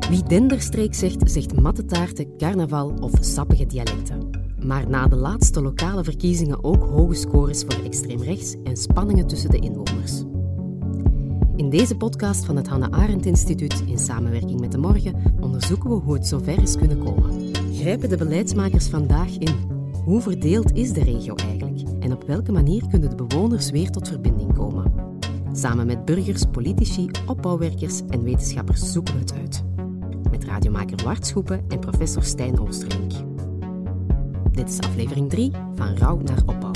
Wie Denderstreek zegt, zegt mattetaarten, carnaval of sappige dialecten. Maar na de laatste lokale verkiezingen ook hoge scores voor extreem rechts en spanningen tussen de inwoners. In deze podcast van het Hannah Arendt Instituut in samenwerking met De Morgen onderzoeken we hoe het zover is kunnen komen. Grijpen de beleidsmakers vandaag in? Hoe verdeeld is de regio eigenlijk? En op welke manier kunnen de bewoners weer tot verbinding komen? Samen met burgers, politici, opbouwwerkers en wetenschappers zoeken we het uit. Met radiomaker Wart Schoepen en professor Stijn Oosterlink. Dit is aflevering 3 van Rouw naar Opbouw.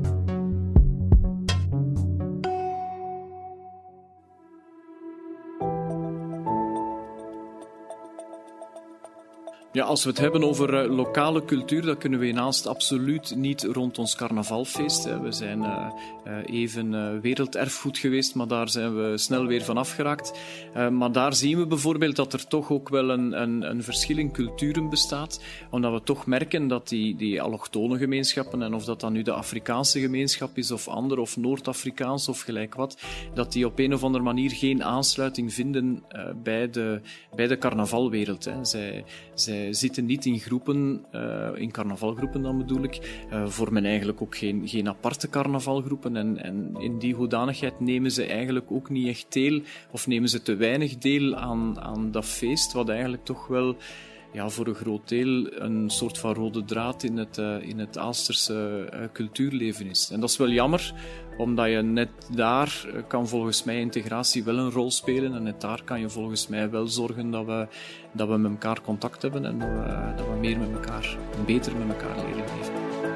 Ja, als we het hebben over lokale cultuur, dan kunnen we hiernaast absoluut niet rond ons carnavalfeest. We zijn even werelderfgoed geweest, maar daar zijn we snel weer van afgeraakt. Maar daar zien we bijvoorbeeld dat er toch ook wel een verschil in culturen bestaat. Omdat we toch merken dat die allochtone gemeenschappen, en of dat dan nu de Afrikaanse gemeenschap is of ander, of Noord-Afrikaans of gelijk wat, dat die op een of andere manier geen aansluiting vinden bij de carnavalwereld. Zij zitten niet in groepen, in carnavalgroepen dan bedoel ik, vormen eigenlijk ook geen aparte carnavalgroepen en in die hoedanigheid nemen ze eigenlijk ook niet echt deel, of nemen ze te weinig deel aan dat feest, wat eigenlijk toch wel voor een groot deel een soort van rode draad in het Aalsterse cultuurleven is. En dat is wel jammer, omdat je net daar kan volgens mij integratie wel een rol spelen en net daar kan je volgens mij wel zorgen dat we met elkaar contact hebben en dat we meer met elkaar, beter met elkaar leren leven.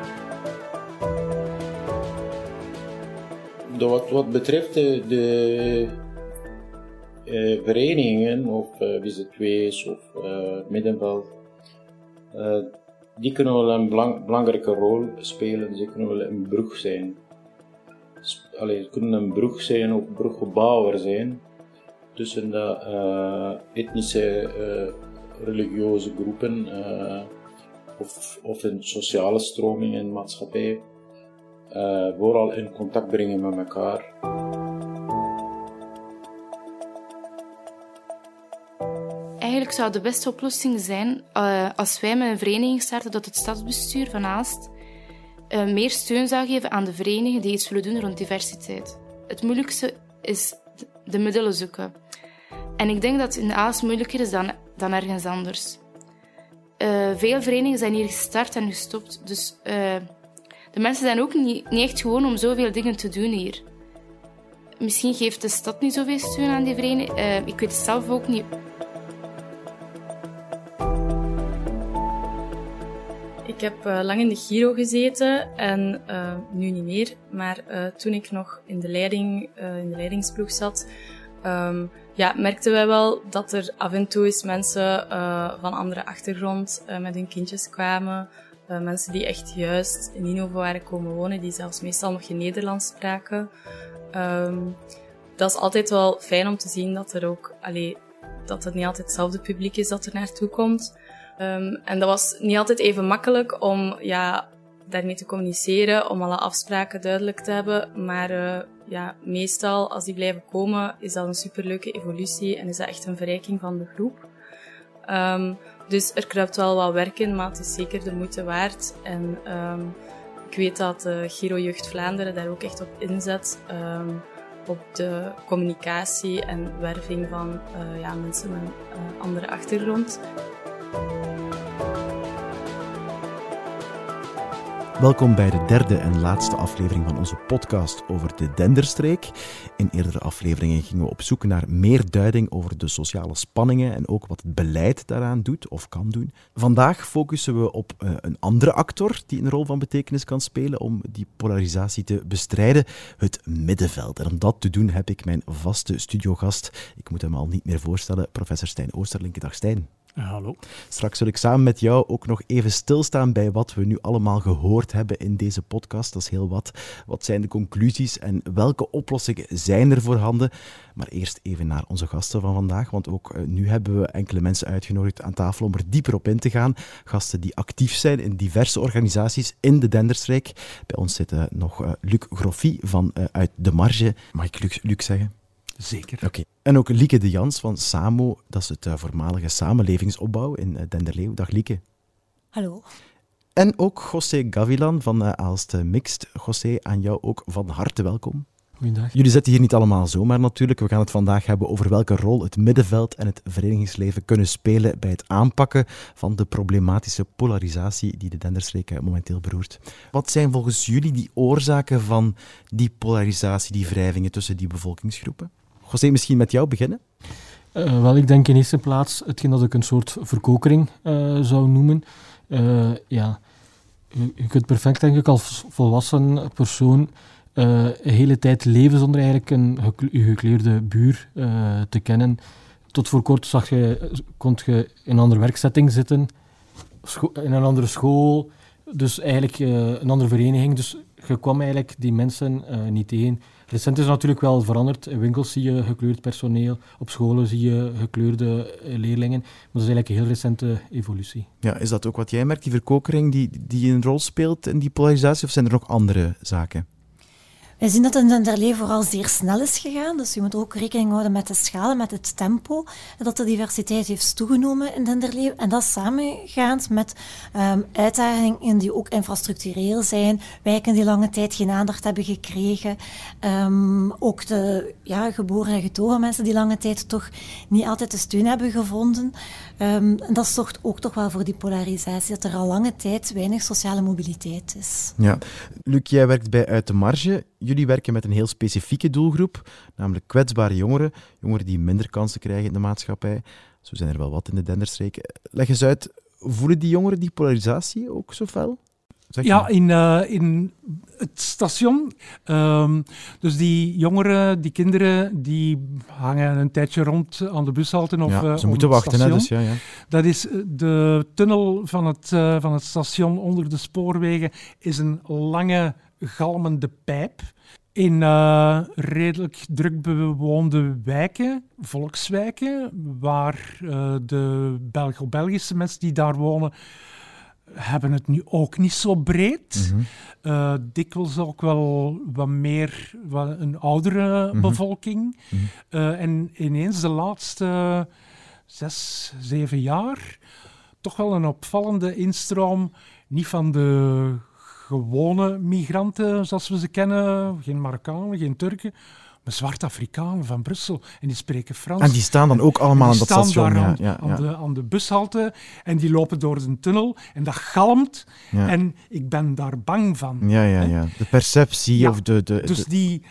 Wat betreft de verenigingen, of VZ2's of middenveld, die kunnen wel een belangrijke rol spelen. Ze kunnen wel een brug zijn. Ze kunnen een brug zijn of bruggebouwer zijn tussen de etnische, religieuze groepen of een sociale stroming in de maatschappij. Vooral in contact brengen met elkaar. Eigenlijk zou de beste oplossing zijn als wij met een vereniging starten dat het stadsbestuur van Aalst meer steun zou geven aan de verenigingen die iets willen doen rond diversiteit. Het moeilijkste is de middelen zoeken. En ik denk dat het in Aalst moeilijker is dan ergens anders. Veel verenigingen zijn hier gestart en gestopt, dus de mensen zijn ook niet echt gewoon om zoveel dingen te doen hier. Misschien geeft de stad niet zoveel steun aan die vereniging. Ik weet het zelf ook niet. Ik heb lang in de Giro gezeten en nu niet meer, maar toen ik nog in de leidingsploeg zat, merkten wij wel dat er af en toe eens mensen van andere achtergrond met hun kindjes kwamen. Mensen die echt juist in Ninove waren komen wonen, die zelfs meestal nog geen Nederlands spraken. Dat is altijd wel fijn om te zien dat er ook, dat het niet altijd hetzelfde publiek is dat er naartoe komt. En dat was niet altijd even makkelijk om daarmee te communiceren, om alle afspraken duidelijk te hebben. Maar meestal, als die blijven komen, is dat een superleuke evolutie en is dat echt een verrijking van de groep. Dus er kruipt wel wat werk in, maar het is zeker de moeite waard. En ik weet dat Giro Jeugd Vlaanderen daar ook echt op inzet. Op de communicatie en werving van mensen met een andere achtergrond. Welkom bij de derde en laatste aflevering van onze podcast over de Denderstreek. In eerdere afleveringen gingen we op zoek naar meer duiding over de sociale spanningen en ook wat het beleid daaraan doet of kan doen. Vandaag focussen we op een andere actor die een rol van betekenis kan spelen om die polarisatie te bestrijden, het middenveld. En om dat te doen heb ik mijn vaste studiogast, ik moet hem al niet meer voorstellen, professor Stijn Oosterlink. Dag Stijn. Hallo. Straks wil ik samen met jou ook nog even stilstaan bij wat we nu allemaal gehoord hebben in deze podcast. Dat is heel wat. Wat zijn de conclusies en welke oplossingen zijn er voorhanden? Maar eerst even naar onze gasten van vandaag, want ook nu hebben we enkele mensen uitgenodigd aan tafel om er dieper op in te gaan. Gasten die actief zijn in diverse organisaties in de Denderstreek. Bij ons zit nog Luc Groffy uit De Marge. Mag ik Luc zeggen? Zeker. Oké. En ook Lieke de Jans van SAMO, dat is het voormalige samenlevingsopbouw in Denderleeuw. Dag Lieke. Hallo. En ook José Gavilan van Aalst Mixed. José, aan jou ook van harte welkom. Goedendag. Jullie zitten hier niet allemaal zomaar natuurlijk. We gaan het vandaag hebben over welke rol het middenveld en het verenigingsleven kunnen spelen bij het aanpakken van de problematische polarisatie die de Denderstreek momenteel beroert. Wat zijn volgens jullie die oorzaken van die polarisatie, die wrijvingen tussen die bevolkingsgroepen? José, misschien met jou beginnen? Wel, ik denk in eerste plaats hetgeen dat ik een soort verkokering zou noemen. Je kunt perfect, denk ik, als volwassen persoon een hele tijd leven zonder eigenlijk een gekleurde buur te kennen. Tot voor kort kon je in een andere werkzetting zitten, in een andere school, dus eigenlijk een andere vereniging. Dus je kwam eigenlijk die mensen niet tegen. Recent is het natuurlijk wel veranderd. In winkels zie je gekleurd personeel, op scholen zie je gekleurde leerlingen. Maar dat is eigenlijk een heel recente evolutie. Ja, is dat ook wat jij merkt, die verkokering die een rol speelt in die polarisatie, of zijn er nog andere zaken? Wij zien dat het in Denderleeuw vooral zeer snel is gegaan. Dus je moet ook rekening houden met de schaal, met het tempo. Dat de diversiteit heeft toegenomen in Denderleeuw. En dat samengaand met uitdagingen die ook infrastructureel zijn. Wijken die lange tijd geen aandacht hebben gekregen. Ook de geboren en getogen mensen die lange tijd toch niet altijd de steun hebben gevonden. En dat zorgt ook toch wel voor die polarisatie. Dat er al lange tijd weinig sociale mobiliteit is. Ja. Luc, jij werkt bij Uit de Marge. Jullie werken met een heel specifieke doelgroep, namelijk kwetsbare jongeren. Jongeren die minder kansen krijgen in de maatschappij. Zo zijn er wel wat in de Denderstreek. Leg eens uit, voelen die jongeren die polarisatie ook zo fel? Ja, in het station. Dus die jongeren, die kinderen, die hangen een tijdje rond aan de bushalte. Of, ze moeten wachten, hè, dus ja. Dat is de tunnel van het station onder de spoorwegen is een lange, galmende pijp. In redelijk druk bewoonde wijken, volkswijken, waar de Belgische mensen die daar wonen, hebben het nu ook niet zo breed. Mm-hmm. Dikwijls ook wel wat meer een oudere bevolking. Mm-hmm. En ineens de laatste 6-7 jaar toch wel een opvallende instroom, niet van de gewone migranten zoals we ze kennen, geen Marokkanen, geen Turken, maar zwart-Afrikanen van Brussel. En die spreken Frans. En die staan dan ook allemaal aan dat station. Aan de bushalte. En die lopen door de tunnel. En dat galmt. Ja. En ik ben daar bang van. Ja. De perceptie. Ja. Of Dus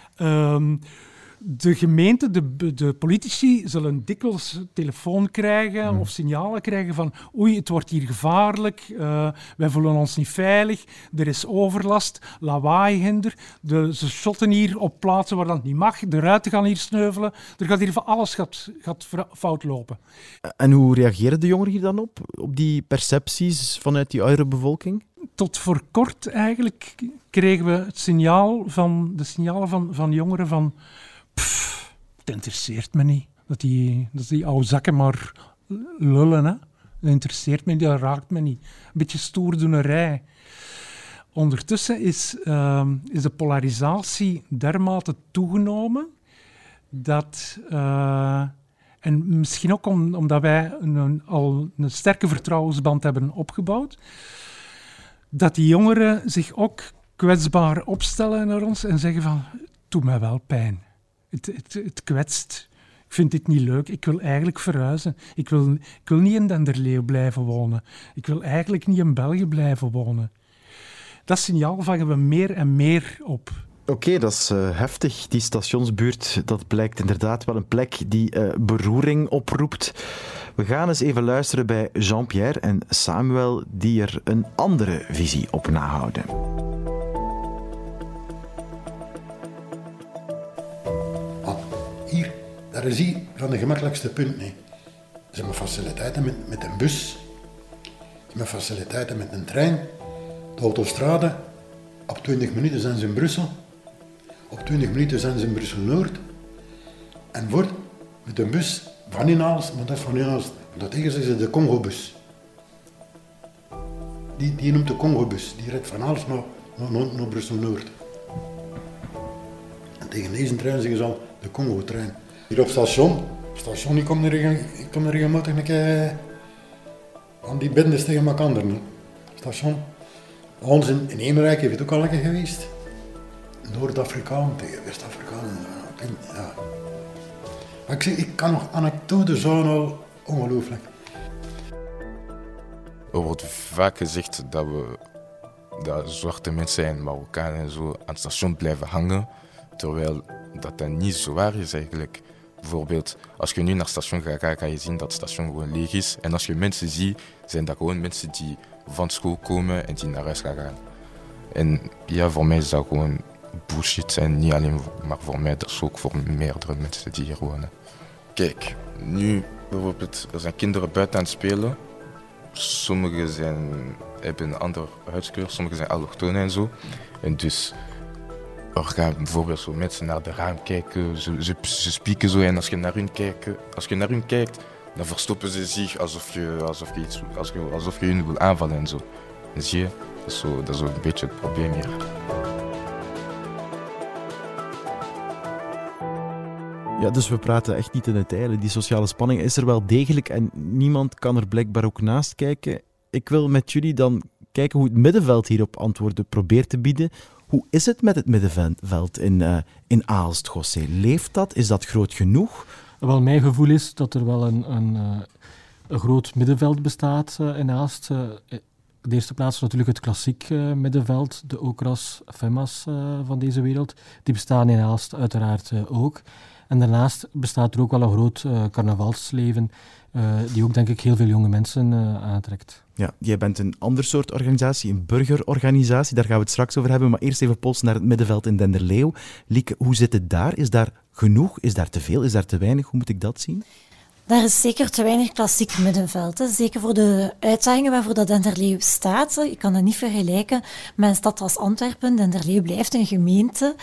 de gemeente, de politici zullen dikwijls telefoon krijgen of signalen krijgen van oei, het wordt hier gevaarlijk, wij voelen ons niet veilig, er is overlast, lawaai hinder, ze shotten hier op plaatsen waar dat niet mag, de ruiten gaan hier sneuvelen, er gaat hier van alles gaat fout lopen. En hoe reageren de jongeren hier dan op die percepties vanuit die oudere bevolking? Tot voor kort eigenlijk kregen we de signalen van jongeren van het interesseert me niet. Dat die oude zakken maar lullen. Hè? Dat interesseert me niet, dat raakt me niet. Een beetje stoerdoenerij. Ondertussen is de polarisatie dermate toegenomen dat... en misschien ook omdat wij al een sterke vertrouwensband hebben opgebouwd, dat die jongeren zich ook kwetsbaar opstellen naar ons en zeggen van, het doet mij wel pijn. Het kwetst. Ik vind dit niet leuk. Ik wil eigenlijk verhuizen. Ik wil niet in Denderleeuw blijven wonen. Ik wil eigenlijk niet in België blijven wonen. Dat signaal vangen we meer en meer op. Oké, dat is heftig. Die stationsbuurt, dat blijkt inderdaad wel een plek die beroering oproept. We gaan eens even luisteren bij Jean-Pierre en Samuel, die er een andere visie op nahouden. Hier, daar is hier van de gemakkelijkste punten. Ze hebben faciliteiten met een bus. Ze hebben faciliteiten met een trein. De autostrade. Op 20 minuten zijn ze in Brussel. Op 20 minuten zijn ze in Brussel-Noord. En met een bus van in Aalst, maar dat is van in Aalst. Dat zeggen ze de Congo-bus. Die noemt de Congo-bus. Die rijdt van Aalst naar Brussel-Noord. En tegen deze trein zeggen ze al de Congo-trein. Hier op station, ik kom er regelmatig een keer aan die bendes tegen elkaar niet. Station. Ons in Emerijk heeft het ook al een keer geweest. Noord-Afrikaan tegen West-Afrikaan. Ja. Maar ik kan nog anekdotes zo al ongelooflijk. Er wordt vaak gezegd dat zwarte mensen en Marokkanen en zo aan het station blijven hangen, terwijl dat niet zo waar is eigenlijk. Bijvoorbeeld, als je nu naar het station gaat, kan je zien dat het station gewoon leeg is. En als je mensen ziet, zijn dat gewoon mensen die van school komen en die naar huis gaan. En ja, voor mij is dat gewoon bullshit. En niet alleen maar voor mij, dat is ook voor meerdere mensen die hier wonen. Kijk, nu bijvoorbeeld, er zijn kinderen buiten aan het spelen. Sommigen hebben een andere huidskleur, sommigen zijn allochtonen en zo. En dus er gaan bijvoorbeeld zo mensen naar de raam kijken, ze spieken zo. En als je naar hun kijkt, dan verstoppen ze zich alsof je hun wil aanvallen en zo. En zie je, dat is zo een beetje het probleem hier. Ja, dus we praten echt niet in het eilen. Die sociale spanning is er wel degelijk en niemand kan er blijkbaar ook naast kijken. Ik wil met jullie dan kijken hoe het middenveld hierop antwoorden probeert te bieden. Hoe is het met het middenveld in Aalst, José? Leeft dat? Is dat groot genoeg? Wel, mijn gevoel is dat er wel een groot middenveld bestaat in Aalst. In de eerste plaats natuurlijk het klassiek middenveld, de Okras, Femmas van deze wereld. Die bestaan in Aalst uiteraard ook. En daarnaast bestaat er ook wel een groot carnavalsleven, die ook denk ik heel veel jonge mensen aantrekt. Ja, jij bent een ander soort organisatie, een burgerorganisatie, daar gaan we het straks over hebben, maar eerst even polsen naar het middenveld in Denderleeuw. Lieke, hoe zit het daar? Is daar genoeg? Is daar te veel? Is daar te weinig? Hoe moet ik dat zien? Daar is zeker te weinig klassiek middenveld. Hè. Zeker voor de uitdagingen waarvoor dat Denderleeuw staat. Je kan dat niet vergelijken met een stad als Antwerpen. Denderleeuw blijft een gemeente.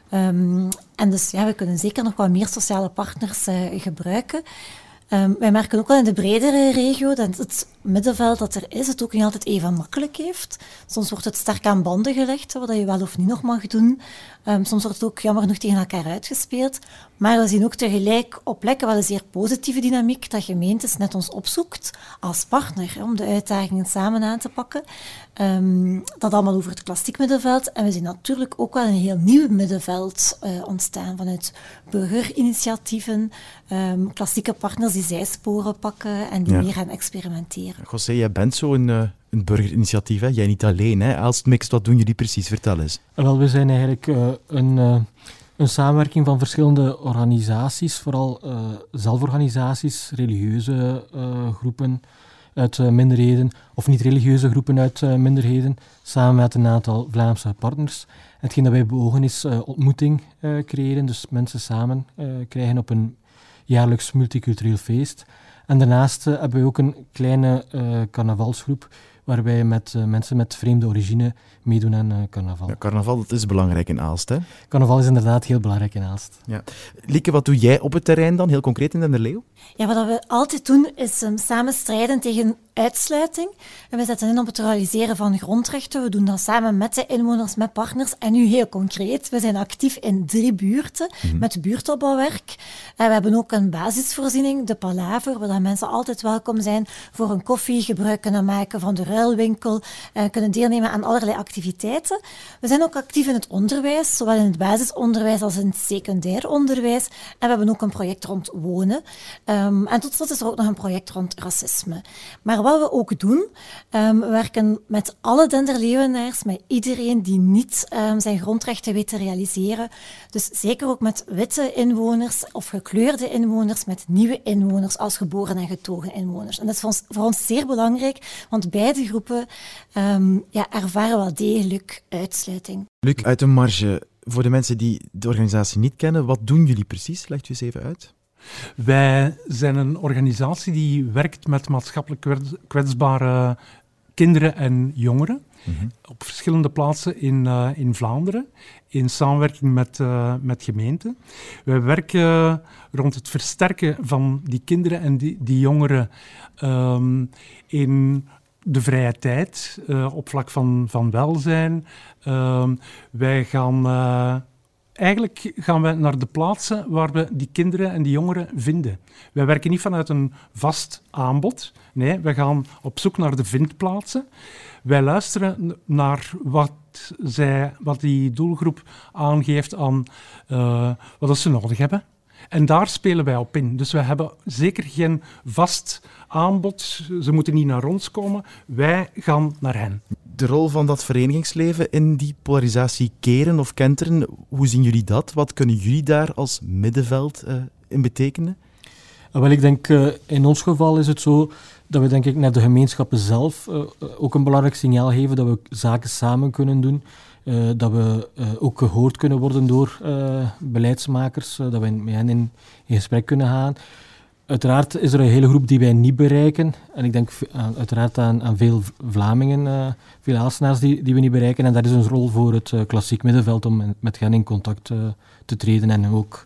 En dus ja, we kunnen zeker nog wat meer sociale partners gebruiken. Wij merken ook wel in de bredere regio dat het middenveld dat er is, het ook niet altijd even makkelijk heeft. Soms wordt het sterk aan banden gelegd, wat je wel of niet nog mag doen. Soms wordt het ook jammer genoeg tegen elkaar uitgespeeld. Maar we zien ook tegelijk op plekken wel een zeer positieve dynamiek dat gemeentes net ons opzoekt als partner om de uitdagingen samen aan te pakken. Dat allemaal over het klassiek middenveld. En we zien natuurlijk ook wel een heel nieuw middenveld ontstaan vanuit burgerinitiatieven, klassieke partners die zijsporen pakken en die meer gaan experimenteren. José, jij bent zo'n burgerinitiatief, hè? Jij niet alleen. Hè? Aalst Mixed, wat doen jullie precies? Vertel eens. Wel, we zijn eigenlijk een samenwerking van verschillende organisaties, vooral zelforganisaties, religieuze groepen uit minderheden, of niet-religieuze groepen uit minderheden, samen met een aantal Vlaamse partners. Hetgeen dat wij beogen is ontmoeting creëren, dus mensen samen krijgen op een jaarlijks multicultureel feest. En daarnaast hebben we ook een kleine carnavalsgroep waar wij met mensen met vreemde origine meedoen aan carnaval. Ja, carnaval, dat is belangrijk in Aalst, hè? Carnaval is inderdaad heel belangrijk in Aalst. Ja. Lieke, wat doe jij op het terrein dan, heel concreet in Denderleeuw? Ja, wat we altijd doen, is samen strijden tegen uitsluiting. En we zetten in op het realiseren van grondrechten. We doen dat samen met de inwoners, met partners. En nu heel concreet, we zijn actief in 3 buurten met buurtopbouwwerk. We hebben ook een basisvoorziening, de Palaver, waar mensen altijd welkom zijn voor een koffie, gebruik kunnen maken van de ruilwinkel, kunnen deelnemen aan allerlei activiteiten. We zijn ook actief in het onderwijs, zowel in het basisonderwijs als in het secundair onderwijs. En we hebben ook een project rond wonen. En tot slot is er ook nog een project rond racisme. Maar wat we ook doen, we werken met alle Denderleeuwenaars, met iedereen die niet zijn grondrechten weet te realiseren. Dus zeker ook met witte inwoners of gekleurde inwoners, met nieuwe inwoners als geboren en getogen inwoners. En dat is voor ons zeer belangrijk, want beide groepen ervaren wel degelijk uitsluiting. Luc, uit de marge, voor de mensen die de organisatie niet kennen, wat doen jullie precies? Legt u eens even uit. Wij zijn een organisatie die werkt met maatschappelijk kwetsbare kinderen en jongeren op verschillende plaatsen in Vlaanderen, in samenwerking met gemeenten. Wij werken rond het versterken van die kinderen en die jongeren in de vrije tijd, op vlak van welzijn. Wij gaan eigenlijk gaan we naar de plaatsen waar we die kinderen en die jongeren vinden. Wij werken niet vanuit een vast aanbod. Nee, we gaan op zoek naar de vindplaatsen. Wij luisteren naar wat die doelgroep aangeeft aan wat ze nodig hebben. En daar spelen wij op in. Dus wij hebben zeker geen vast aanbod. Ze moeten niet naar ons komen. Wij gaan naar hen. De rol van dat verenigingsleven in die polarisatie keren of kenteren, hoe zien jullie dat? Wat kunnen jullie daar als middenveld in betekenen? Wel, ik denk in ons geval is het zo dat we denk ik naar de gemeenschappen zelf ook een belangrijk signaal geven dat we zaken samen kunnen doen. Dat we ook gehoord kunnen worden door beleidsmakers, dat we met hen in gesprek kunnen gaan. Uiteraard is er een hele groep die wij niet bereiken. En ik denk uiteraard aan veel Vlamingen, veel Aalstenaars die we niet bereiken. En dat is een rol voor het klassiek middenveld om met hen in contact te treden en ook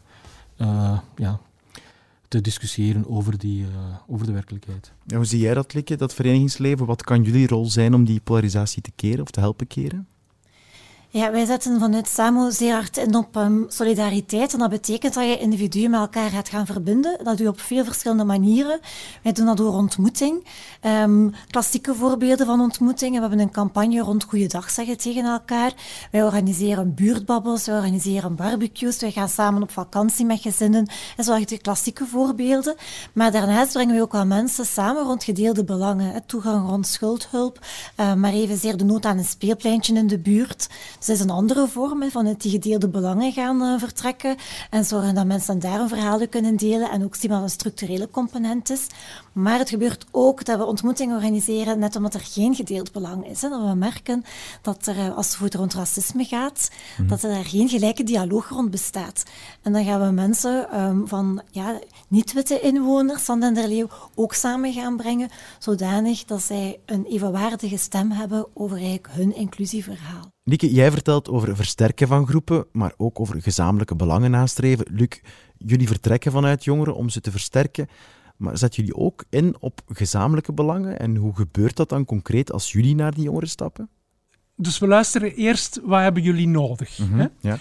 te discussiëren over de werkelijkheid. En hoe zie jij dat, Lieke, dat verenigingsleven? Wat kan jullie rol zijn om die polarisatie te keren of te helpen keren? Ja, wij zetten vanuit SAMO zeer hard in op solidariteit. En dat betekent dat je individuen met elkaar gaat gaan verbinden. Dat doe je op veel verschillende manieren. Wij doen dat door ontmoeting. Klassieke voorbeelden van ontmoeting. We hebben een campagne rond goeiedag zeggen tegen elkaar. Wij organiseren buurtbabbels, wij organiseren barbecues. Wij gaan samen op vakantie met gezinnen. En zo de klassieke voorbeelden. Maar daarnaast brengen we ook wel mensen samen rond gedeelde belangen. Toegang rond schuldhulp. Maar evenzeer de nood aan een speelpleintje in de buurt. Dus dat is een andere vorm van het die gedeelde belangen gaan vertrekken en zorgen dat mensen daar een verhaal kunnen delen en ook zien wat een structurele component is. Maar het gebeurt ook dat we ontmoetingen organiseren net omdat er geen gedeeld belang is. Dat we merken dat er, als het rond racisme gaat, dat er daar geen gelijke dialoog rond bestaat. En dan gaan we mensen van niet-witte inwoners van Denderleeuw ook samen gaan brengen, zodanig dat zij een evenwaardige stem hebben over eigenlijk hun inclusieverhaal. Lieke, jij vertelt over versterken van groepen, maar ook over gezamenlijke belangen nastreven. Luc, jullie vertrekken vanuit jongeren om ze te versterken, maar zetten jullie ook in op gezamenlijke belangen? En hoe gebeurt dat dan concreet als jullie naar die jongeren stappen? Dus we luisteren eerst, wat hebben jullie nodig? Hè? Ja.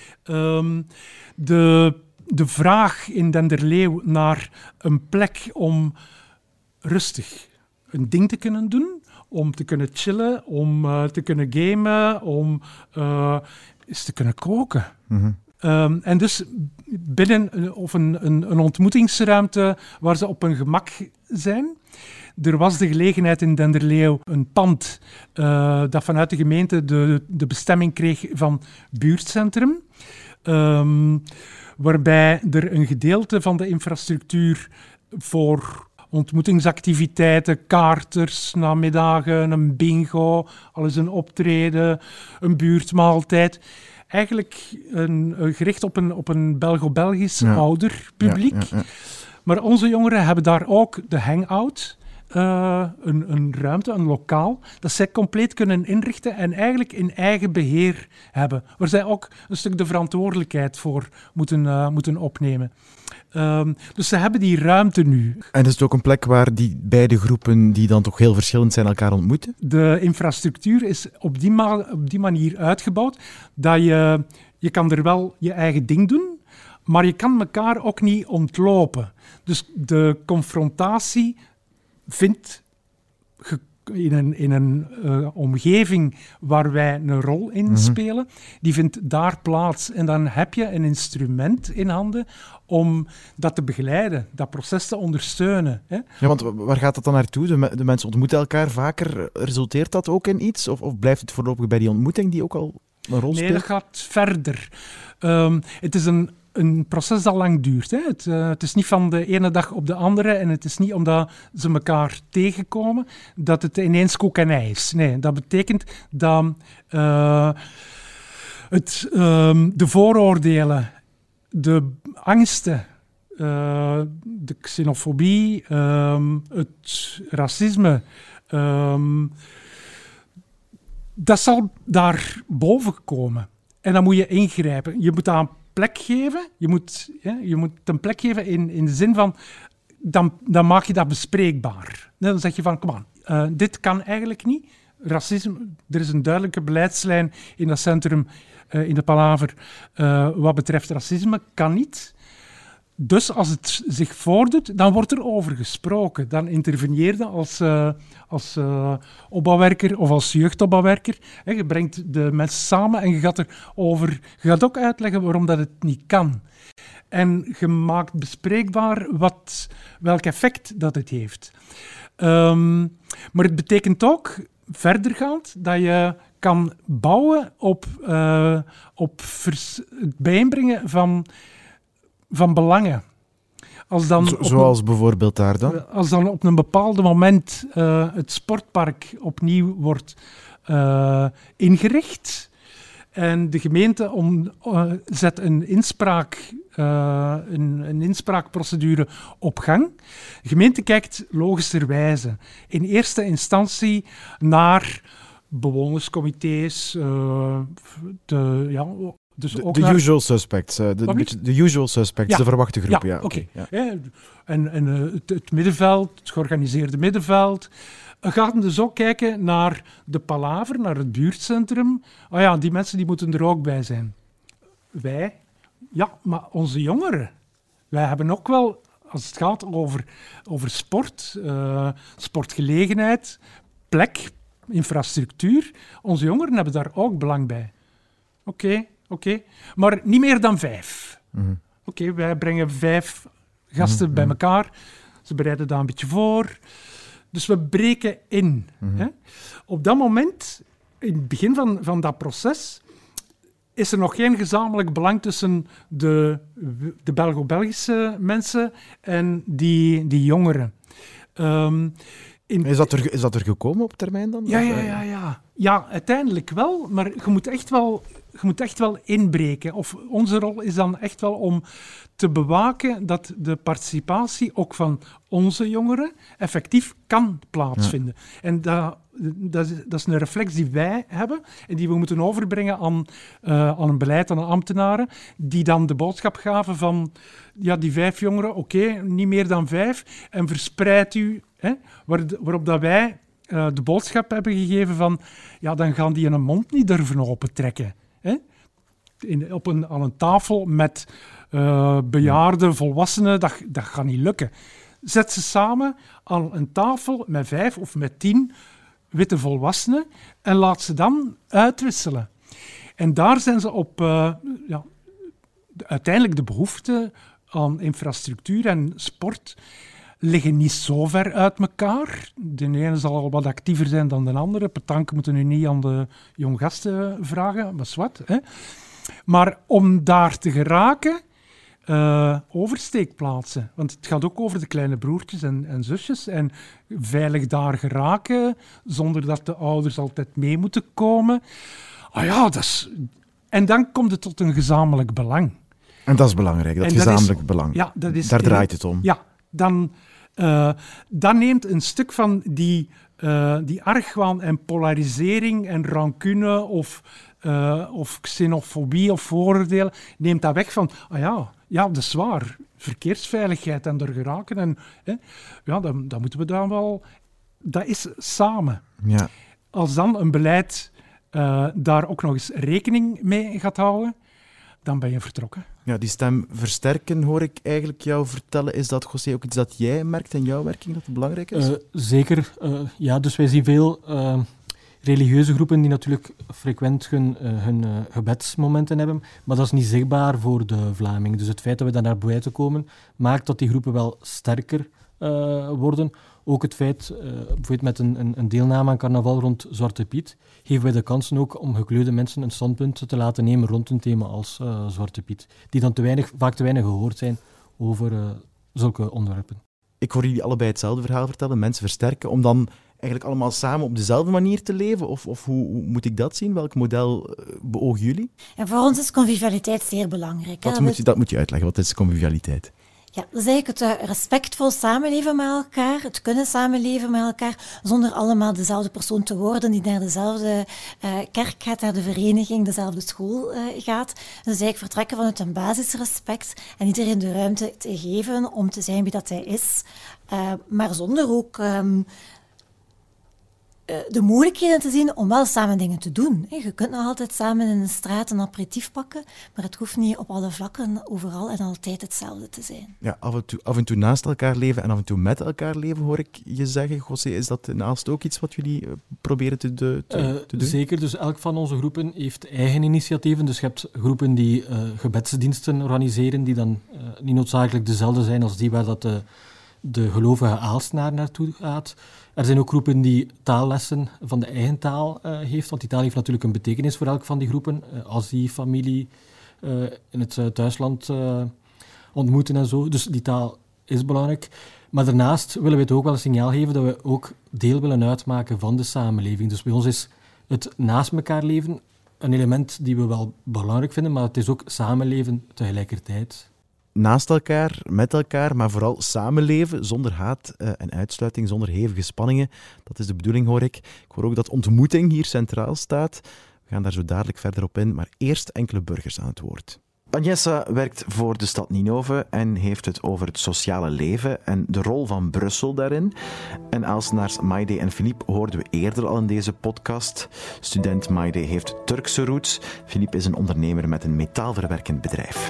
De vraag in Denderleeuw naar een plek om rustig een ding te kunnen doen, om te kunnen chillen, om te kunnen gamen, om eens te kunnen koken. En dus binnen een ontmoetingsruimte waar ze op hun gemak zijn. Er was de gelegenheid in Denderleeuw een pand dat vanuit de gemeente de bestemming kreeg van buurtcentrum. Waarbij er een gedeelte van de infrastructuur voor ontmoetingsactiviteiten, kaarters, namiddagen, een bingo, alles een optreden, een buurtmaaltijd. Eigenlijk gericht op een Belgo-Belgisch ouder publiek. Ja. Maar onze jongeren hebben daar ook de hangout, een ruimte, een lokaal, dat zij compleet kunnen inrichten en eigenlijk in eigen beheer hebben. Waar zij ook een stuk de verantwoordelijkheid voor moeten opnemen. Dus ze hebben die ruimte nu. En is het ook een plek waar die beide groepen, die dan toch heel verschillend zijn, elkaar ontmoeten? De infrastructuur is op die manier uitgebouwd dat je kan er wel je eigen ding doen, maar je kan elkaar ook niet ontlopen. Dus de confrontatie vindt in een omgeving waar wij een rol in spelen, die vindt daar plaats. En dan heb je een instrument in handen om dat te begeleiden, dat proces te ondersteunen. Hè? Ja, want waar gaat dat dan naartoe? De mensen ontmoeten elkaar vaker. Resulteert dat ook in iets? Of blijft het voorlopig bij die ontmoeting die ook al een rol speelt? Nee, dat gaat verder. Het is een proces dat lang duurt. Hè. Het is niet van de ene dag op de andere en het is niet omdat ze elkaar tegenkomen dat het ineens koek en ei is. Nee, dat betekent dat de vooroordelen, de angsten, de xenofobie, het racisme, dat zal daar boven komen. En dan moet je ingrijpen. Je moet aan plek geven. Je moet een plek geven in de zin van, dan maak je dat bespreekbaar. Dan zeg je van, kom aan, dit kan eigenlijk niet. Racisme, er is een duidelijke beleidslijn in dat centrum. in de palaver wat betreft racisme kan niet. Dus als het zich voordoet, dan wordt er over gesproken. Dan interveneer je als opbouwwerker of als jeugdopbouwwerker. Je brengt de mensen samen en je gaat ook uitleggen waarom dat het niet kan. En je maakt bespreekbaar welk effect dat het heeft. Maar het betekent ook, verdergaand, dat je kan bouwen op het bijeenbrengen van belangen. Zoals bijvoorbeeld daar dan? Als dan op een bepaald moment het sportpark opnieuw wordt ingericht en de gemeente zet een inspraakprocedure op gang. De gemeente kijkt logischerwijze in eerste instantie naar bewonerscomité's, dus de usual suspects. De usual suspects, de verwachte groep. Ja, oké. En het middenveld, het georganiseerde middenveld. Gaat dus ook kijken naar de palaver, naar het buurtcentrum. Die mensen die moeten er ook bij zijn. Wij? Ja, maar onze jongeren. Wij hebben ook wel, als het gaat over sport, sportgelegenheid, plek, infrastructuur. Onze jongeren hebben daar ook belang bij. Oké, maar niet meer dan 5. Mm-hmm. Oké, wij brengen 5 gasten bij elkaar. Ze bereiden daar een beetje voor. Dus we breken in. Mm-hmm. Hè? Op dat moment, in het begin van dat proces, is er nog geen gezamenlijk belang tussen de Belgo-Belgische mensen en die jongeren. Is dat er gekomen op termijn dan? Ja. Ja, uiteindelijk wel, maar je moet echt wel inbreken. Of onze rol is dan echt wel om te bewaken dat de participatie ook van onze jongeren effectief kan plaatsvinden. Ja. En dat is een reflex die wij hebben en die we moeten overbrengen aan een beleid, aan de ambtenaren, die dan de boodschap gaven van die 5 jongeren, oké, niet meer dan 5, en verspreid u, waarop dat wij de boodschap hebben gegeven van, dan gaan die een mond niet durven opentrekken. Hè? Aan een tafel met bejaarde volwassenen, dat gaat niet lukken. Zet ze samen aan een tafel met 5 of met 10 witte volwassenen en laat ze dan uitwisselen. En daar zijn ze op uiteindelijk de behoefte aan infrastructuur en sport liggen niet zo ver uit elkaar. De ene zal al wat actiever zijn dan de andere. Petanque moeten nu niet aan de jong gasten vragen, maar zwart. Maar om daar te geraken, oversteekplaatsen. Want het gaat ook over de kleine broertjes en zusjes. En veilig daar geraken, zonder dat de ouders altijd mee moeten komen. En dan komt het tot een gezamenlijk belang. En dat is belangrijk, dat gezamenlijk belang. Ja, daar draait het om. Ja, dan neemt een stuk van die argwaan en polarisering en rancune of xenofobie of vooroordelen, neemt dat weg van, dat is waar, verkeersveiligheid en er geraken. En dan moeten we dan wel... Dat is samen. Ja. Als dan een beleid daar ook nog eens rekening mee gaat houden, dan ben je vertrokken. Ja, die stem versterken hoor ik eigenlijk jou vertellen. Is dat, José, ook iets dat jij merkt in jouw werking, dat het belangrijk is? Zeker. Dus wij zien veel religieuze groepen die natuurlijk frequent hun gebedsmomenten hebben, maar dat is niet zichtbaar voor de Vlamingen. Dus het feit dat we daar naar buiten komen, maakt dat die groepen wel sterker worden. Ook het feit, bijvoorbeeld met een deelname aan carnaval rond Zwarte Piet, geven wij de kansen ook om gekleurde mensen een standpunt te laten nemen rond een thema als Zwarte Piet, die dan vaak te weinig gehoord zijn over zulke onderwerpen. Ik hoor jullie allebei hetzelfde verhaal vertellen, mensen versterken, om dan eigenlijk allemaal samen op dezelfde manier te leven? Of hoe moet ik dat zien? Welk model beogen jullie? En voor ons is convivialiteit zeer belangrijk. Dat moet je uitleggen. Wat is convivialiteit? Ja, dat is eigenlijk het respectvol samenleven met elkaar, het kunnen samenleven met elkaar, zonder allemaal dezelfde persoon te worden die naar dezelfde kerk gaat, naar de vereniging, dezelfde school gaat. Dus eigenlijk vertrekken vanuit een basisrespect en iedereen de ruimte te geven om te zijn wie dat hij is, maar zonder ook de mogelijkheden te zien om wel samen dingen te doen. Je kunt nog altijd samen in een straat een aperitief pakken, maar het hoeft niet op alle vlakken overal en altijd hetzelfde te zijn. Ja, af en toe naast elkaar leven en af en toe met elkaar leven, hoor ik je zeggen. José, is dat naast ook iets wat jullie proberen te doen? Zeker, dus elk van onze groepen heeft eigen initiatieven. Dus je hebt groepen die gebedsdiensten organiseren, die dan niet noodzakelijk dezelfde zijn als die waar dat de gelovige Aalstenaar naartoe gaat. Er zijn ook groepen die taallessen van de eigen taal heeft, want die taal heeft natuurlijk een betekenis voor elk van die groepen. Als die familie in het thuisland ontmoeten en zo. Dus die taal is belangrijk. Maar daarnaast willen we het ook wel een signaal geven dat we ook deel willen uitmaken van de samenleving. Dus bij ons is het naast elkaar leven een element die we wel belangrijk vinden, maar het is ook samenleven tegelijkertijd. Naast elkaar, met elkaar, maar vooral samenleven, zonder haat en uitsluiting, zonder hevige spanningen. Dat is de bedoeling, hoor ik. Ik hoor ook dat ontmoeting hier centraal staat. We gaan daar zo dadelijk verder op in, maar eerst enkele burgers aan het woord. Agnesa werkt voor de stad Ninove en heeft het over het sociale leven en de rol van Brussel daarin. En Aalstenaars Maide en Philippe hoorden we eerder al in deze podcast. Student Maide heeft Turkse roots. Philippe is een ondernemer met een metaalverwerkend bedrijf.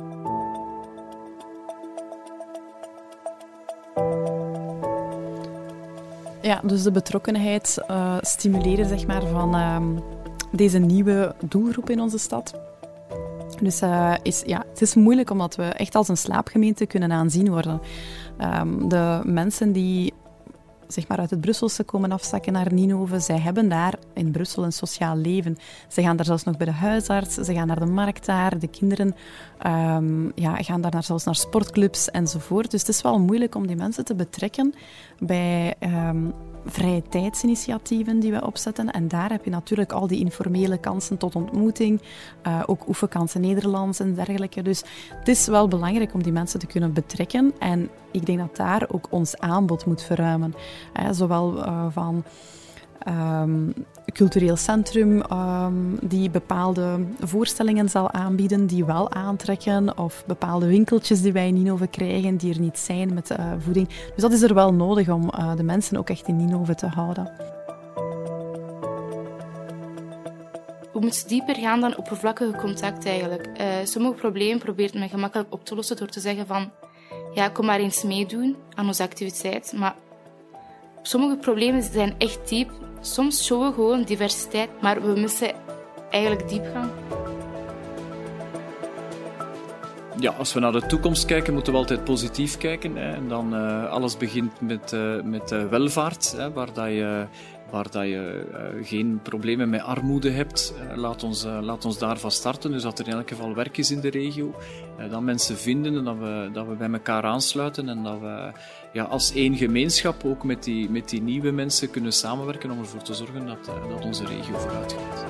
Ja, dus de betrokkenheid stimuleren zeg maar, van deze nieuwe doelgroep in onze stad. Dus het is moeilijk omdat we echt als een slaapgemeente kunnen aanzien worden. De mensen die zeg maar, uit het Brusselse komen afzakken naar Ninove, zij hebben daar in Brussel een sociaal leven. Ze gaan daar zelfs nog bij de huisarts, ze gaan naar de markt daar, de kinderen gaan daar zelfs naar sportclubs enzovoort. Dus het is wel moeilijk om die mensen te betrekken bij vrije tijdsinitiatieven die we opzetten. En daar heb je natuurlijk al die informele kansen tot ontmoeting, ook oefenkansen Nederlands en dergelijke. Dus het is wel belangrijk om die mensen te kunnen betrekken. En ik denk dat daar ook ons aanbod moet verruimen. Zowel van cultureel centrum die bepaalde voorstellingen zal aanbieden die wel aantrekken, of bepaalde winkeltjes die wij in Ninove krijgen die er niet zijn met voeding. Dus dat is er wel nodig om de mensen ook echt in Ninove te houden. We moeten dieper gaan dan oppervlakkige contact eigenlijk. Sommige problemen probeert men gemakkelijk op te lossen door te zeggen van ja, kom maar eens meedoen aan onze activiteit. Maar sommige problemen zijn echt diep. Soms showen we gewoon diversiteit, maar we missen eigenlijk diepgang. Ja, als we naar de toekomst kijken, moeten we altijd positief kijken. Hè. En dan alles begint met welvaart, hè, waar dat je geen problemen met armoede hebt. Laat ons daar van starten. Dus dat er in elk geval werk is in de regio. Dat mensen vinden en dat we bij elkaar aansluiten. En dat we als één gemeenschap ook met die nieuwe mensen kunnen samenwerken om ervoor te zorgen dat onze regio vooruit gaat.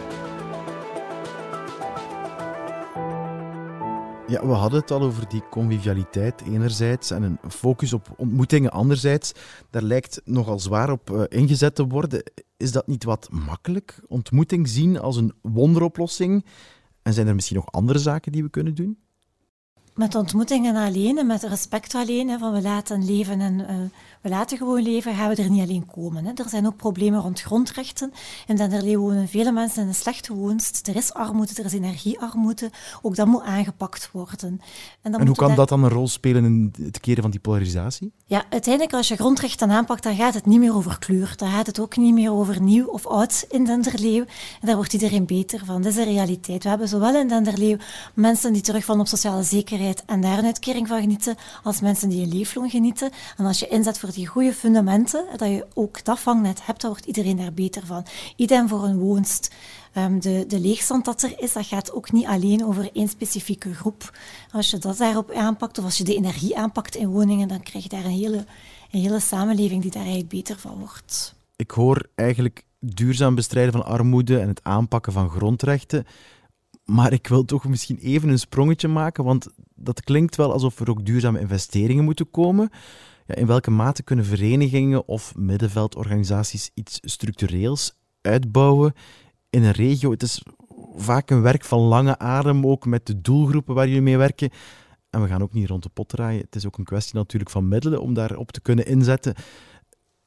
Ja, we hadden het al over die convivialiteit enerzijds en een focus op ontmoetingen anderzijds. Daar lijkt nogal zwaar op ingezet te worden. Is dat niet wat makkelijk? Ontmoeting zien als een wonderoplossing? En zijn er misschien nog andere zaken die we kunnen doen? Met ontmoetingen alleen en met respect alleen, van we laten leven en we laten gewoon leven, gaan we er niet alleen komen. Hè. Er zijn ook problemen rond grondrechten. In Denderlee wonen vele mensen in een slechte woonst. Er is armoede, er is energiearmoede. Ook dat moet aangepakt worden. En hoe kan dat dan een rol spelen in het keren van die polarisatie? Ja, uiteindelijk als je grondrechten aanpakt, dan gaat het niet meer over kleur. Dan gaat het ook niet meer over nieuw of oud in Denderleeuw. En daar wordt iedereen beter van. Dat is de realiteit. We hebben zowel in Denderleeuw mensen die terugvallen op sociale zekerheid en daar een uitkering van genieten, als mensen die een leefloon genieten. En als je inzet voor die goede fundamenten, dat je ook dat vangnet hebt, dan wordt iedereen daar beter van. Idem voor een woonst. De leegstand dat er is, dat gaat ook niet alleen over één specifieke groep. Als je dat daarop aanpakt, of als je de energie aanpakt in woningen, dan krijg je daar een hele samenleving die daar eigenlijk beter van wordt. Ik hoor eigenlijk duurzaam bestrijden van armoede en het aanpakken van grondrechten. Maar ik wil toch misschien even een sprongetje maken, want dat klinkt wel alsof er ook duurzame investeringen moeten komen. Ja, in welke mate kunnen verenigingen of middenveldorganisaties iets structureels uitbouwen in een regio? Het is vaak een werk van lange adem, ook met de doelgroepen waar jullie mee werken. En we gaan ook niet rond de pot draaien. Het is ook een kwestie natuurlijk van middelen om daarop te kunnen inzetten.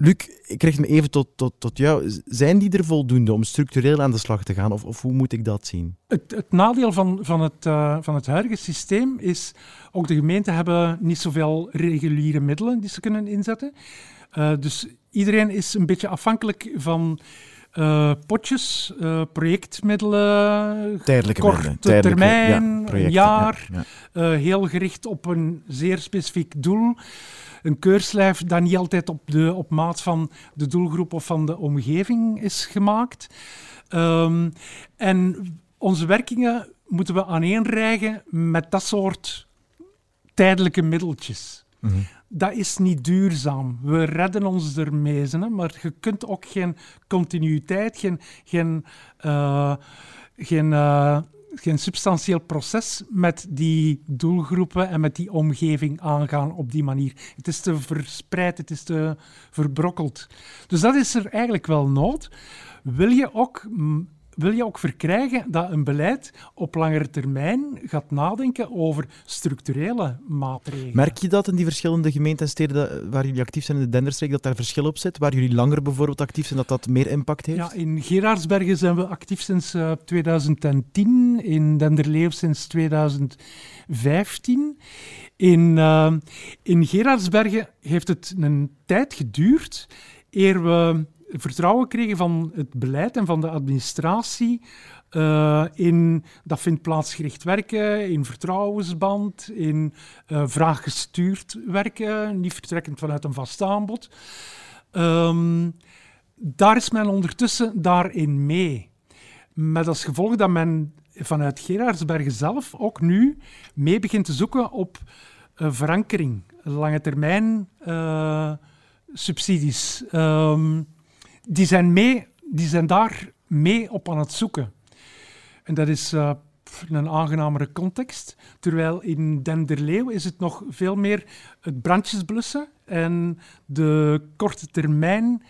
Luc, ik richt me even tot jou. Zijn die er voldoende om structureel aan de slag te gaan? Of hoe moet ik dat zien? Het nadeel van het huidige systeem is, ook de gemeenten hebben niet zoveel reguliere middelen die ze kunnen inzetten. Dus iedereen is een beetje afhankelijk van potjes, projectmiddelen, tijdelijke korte termijn, een jaar, heel gericht op een zeer specifiek doel. Een keurslijf dat niet altijd op maat van de doelgroep of van de omgeving is gemaakt. En onze werkingen moeten we aaneenrijgen met dat soort tijdelijke middeltjes. Mm-hmm. Dat is niet duurzaam. We redden ons ermee, maar je kunt ook geen continuïteit, geen substantieel proces met die doelgroepen en met die omgeving aangaan op die manier. Het is te verspreid, het is te verbrokkeld. Dus dat is er eigenlijk wel nood. Wil je ook verkrijgen dat een beleid op langere termijn gaat nadenken over structurele maatregelen? Merk je dat in die verschillende gemeenten en steden waar jullie actief zijn in de Denderstreek, dat daar verschil op zit? Waar jullie langer bijvoorbeeld actief zijn, dat meer impact heeft? Ja, in Geraardsbergen zijn we actief sinds 2010, in Denderleeuw sinds 2015. In Geraardsbergen heeft het een tijd geduurd eer we vertrouwen kregen van het beleid en van de administratie. Dat vindt plaatsgericht werken, in vertrouwensband, in vraaggestuurd werken, niet vertrekkend vanuit een vast aanbod. Daar is men ondertussen daarin mee. Met als gevolg dat men vanuit Geraardsbergen zelf ook nu mee begint te zoeken op verankering, lange termijn subsidies. Die zijn daar mee op aan het zoeken. En dat is een aangenamere context. Terwijl in Denderleeuw is het nog veel meer het brandjes blussen en de korte termijn.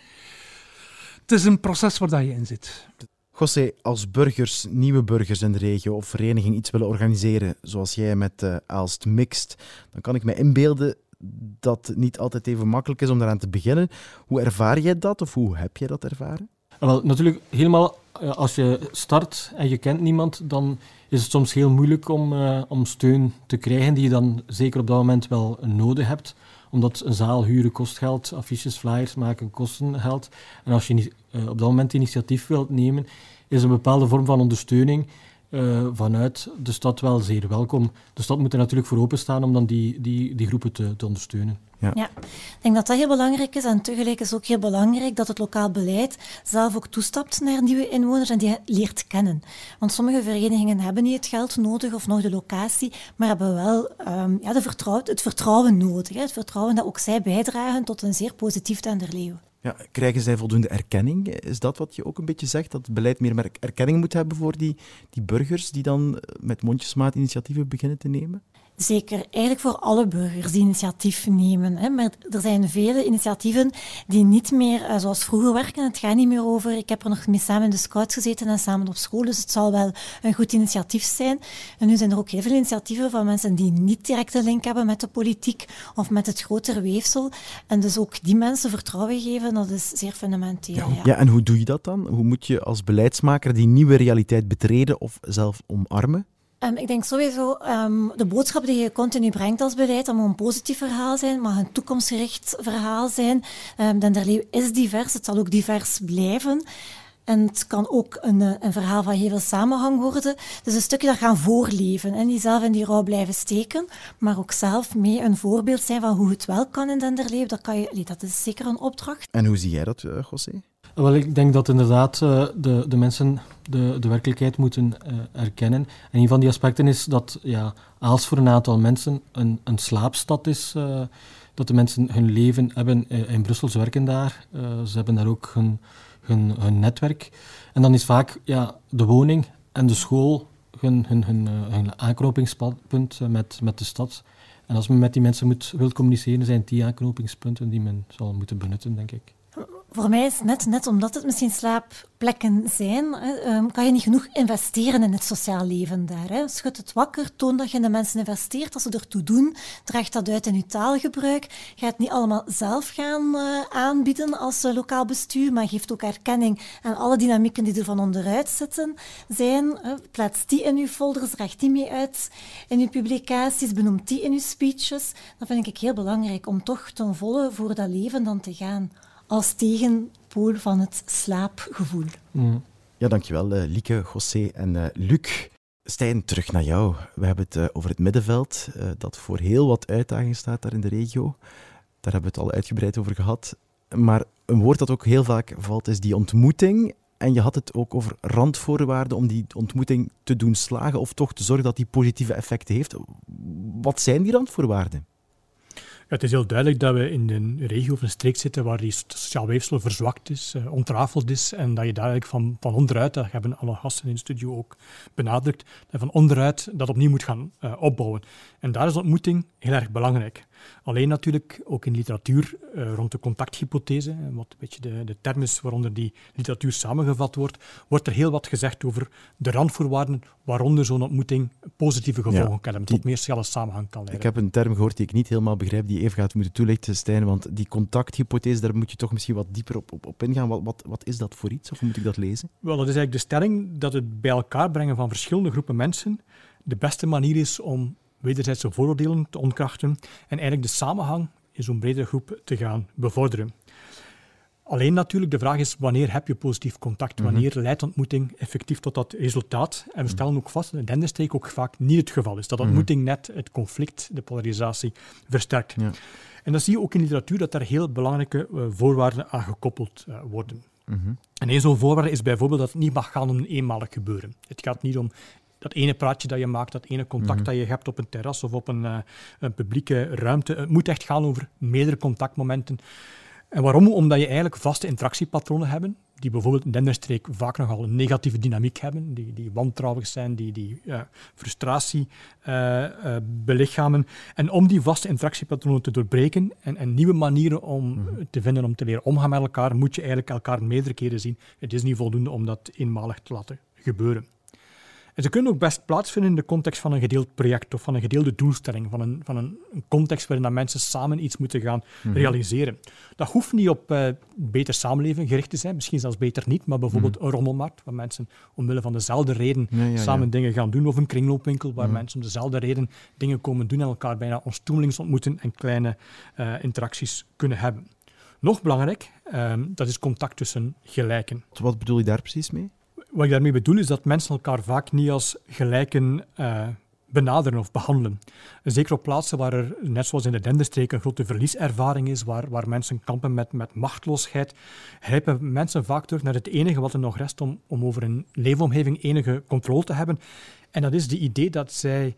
Het is een proces waar je in zit. José, als burgers, nieuwe burgers in de regio of vereniging iets willen organiseren, zoals jij met Aalst Mixed, dan kan ik me inbeelden dat het niet altijd even makkelijk is om daaraan te beginnen. Hoe ervaar jij dat of hoe heb jij dat ervaren? Wel, natuurlijk, helemaal als je start en je kent niemand, dan is het soms heel moeilijk om steun te krijgen die je dan zeker op dat moment wel nodig hebt. Omdat een zaal huren kost geld, affiches, flyers maken kosten geld. En als je op dat moment initiatief wilt nemen, is een bepaalde vorm van ondersteuning vanuit de stad wel zeer welkom. De stad moet er natuurlijk voor openstaan om dan die groepen te ondersteunen. Ja, ik denk dat dat heel belangrijk is en tegelijk is ook heel belangrijk dat het lokaal beleid zelf ook toestapt naar nieuwe inwoners en die leert kennen. Want sommige verenigingen hebben niet het geld nodig of nog de locatie, maar hebben wel het vertrouwen nodig. Hè? Het vertrouwen dat ook zij bijdragen tot een zeer positief Denderleeuw. Ja, krijgen zij voldoende erkenning? Is dat wat je ook een beetje zegt? Dat het beleid meer erkenning moet hebben voor die burgers die dan met mondjesmaat initiatieven beginnen te nemen? Zeker, eigenlijk voor alle burgers die initiatief nemen. Hè. Maar er zijn vele initiatieven die niet meer zoals vroeger werken. Het gaat niet meer over, ik heb er nog mee samen in de scouts gezeten en samen op school, dus het zal wel een goed initiatief zijn. En nu zijn er ook heel veel initiatieven van mensen die niet direct een link hebben met de politiek of met het grotere weefsel. En dus ook die mensen vertrouwen geven, dat is zeer fundamenteel. Ja, en hoe doe je dat dan? Hoe moet je als beleidsmaker die nieuwe realiteit betreden of zelf omarmen? Ik denk sowieso, de boodschap die je continu brengt als beleid, dat moet een positief verhaal zijn, mag een toekomstgericht verhaal zijn. Denderleeuw is divers, het zal ook divers blijven. En het kan ook een verhaal van heel veel samenhang worden. Dus een stukje dat gaan voorleven en niet zelf in die rouw blijven steken, maar ook zelf mee een voorbeeld zijn van hoe het wel kan in Denderleeuw. Dat is zeker een opdracht. En hoe zie jij dat, José? Wel, ik denk dat inderdaad de mensen de werkelijkheid moeten erkennen. En een van die aspecten is dat Aalst voor een aantal mensen een slaapstad is. Dat de mensen hun leven hebben in Brussel, ze werken daar. Ze hebben daar ook hun netwerk. En dan is vaak de woning en de school hun aanknopingspunt met de stad. En als men met die mensen wilt communiceren, zijn het die aanknopingspunten die men zal moeten benutten, denk ik. Voor mij is net omdat het misschien slaapplekken zijn, kan je niet genoeg investeren in het sociaal leven daar. Hè. Schud het wakker, toon dat je in de mensen investeert. Als ze ertoe doen, draagt dat uit in je taalgebruik. Ga het niet allemaal zelf gaan aanbieden als lokaal bestuur, maar geeft ook erkenning aan alle dynamieken die er van onderuit zitten zijn. Plaats die in je folders, draag die mee uit in je publicaties, benoem die in je speeches. Dat vind ik heel belangrijk, om toch ten volle voor dat leven dan te gaan. Als tegenpool van het slaapgevoel. Ja, dankjewel Lieke, José en Luc. Stijn, terug naar jou. We hebben het over het middenveld, dat voor heel wat uitdagingen staat daar in de regio. Daar hebben we het al uitgebreid over gehad. Maar een woord dat ook heel vaak valt, is die ontmoeting. En je had het ook over randvoorwaarden om die ontmoeting te doen slagen of toch te zorgen dat die positieve effecten heeft. Wat zijn die randvoorwaarden? Ja, het is heel duidelijk dat we in een regio of een streek zitten waar die sociaal weefsel verzwakt is, ontrafeld is en dat je daar eigenlijk van onderuit, dat hebben alle gasten in de studio ook benadrukt, dat je van onderuit dat opnieuw moet gaan opbouwen. En daar is ontmoeting heel erg belangrijk. Alleen natuurlijk, ook in literatuur, rond de contacthypothese, wat een beetje de term is waaronder die literatuur samengevat wordt er heel wat gezegd over de randvoorwaarden waaronder zo'n ontmoeting positieve gevolgen kan hebben, tot meer sociale samenhang kan leiden. Ik heb een term gehoord die ik niet helemaal begrijp, die even gaat moeten toelichten, Stijn, want die contacthypothese, daar moet je toch misschien wat dieper op ingaan. Wat is dat voor iets, of hoe moet ik dat lezen? Wel, dat is eigenlijk de stelling dat het bij elkaar brengen van verschillende groepen mensen de beste manier is om wederzijdse vooroordelen te ontkrachten en eigenlijk de samenhang in zo'n bredere groep te gaan bevorderen. Alleen natuurlijk, de vraag is, wanneer heb je positief contact? Wanneer leidt ontmoeting effectief tot dat resultaat? En we stellen ook vast dat in de Denderstreek ook vaak niet het geval is. Dat ontmoeting net het conflict, de polarisatie, versterkt. Ja. En dan zie je ook in literatuur dat daar heel belangrijke voorwaarden aan gekoppeld worden. En een zo'n voorwaarde is bijvoorbeeld dat het niet mag gaan om een eenmalig gebeuren. Het gaat niet om dat ene praatje dat je maakt, dat ene contact dat je hebt op een terras of op een publieke ruimte. Het moet echt gaan over meerdere contactmomenten. En waarom? Omdat je eigenlijk vaste interactiepatronen hebt, die bijvoorbeeld in Denderstreek vaak nogal een negatieve dynamiek hebben, die wantrouwig zijn, die frustratie belichamen. En om die vaste interactiepatronen te doorbreken en nieuwe manieren om te vinden om te leren omgaan met elkaar, moet je eigenlijk elkaar meerdere keren zien. Het is niet voldoende om dat eenmalig te laten gebeuren. En ze kunnen ook best plaatsvinden in de context van een gedeeld project of van een gedeelde doelstelling, van een context waarin dat mensen samen iets moeten gaan realiseren. Dat hoeft niet op beter samenleving gericht te zijn, misschien zelfs beter niet, maar bijvoorbeeld een rommelmarkt, waar mensen omwille van dezelfde reden samen dingen gaan doen, of een kringloopwinkel, waar mensen om dezelfde reden dingen komen doen en elkaar bijna onstoemelings ontmoeten en kleine interacties kunnen hebben. Nog belangrijk, dat is contact tussen gelijken. Wat bedoel je daar precies mee? Wat ik daarmee bedoel is dat mensen elkaar vaak niet als gelijken benaderen of behandelen. Zeker op plaatsen waar er, net zoals in de Denderstreek, een grote verlieservaring is, waar mensen kampen met machteloosheid, grijpen mensen vaak terug naar het enige wat er nog rest om over hun leefomgeving enige controle te hebben. En dat is het idee dat zij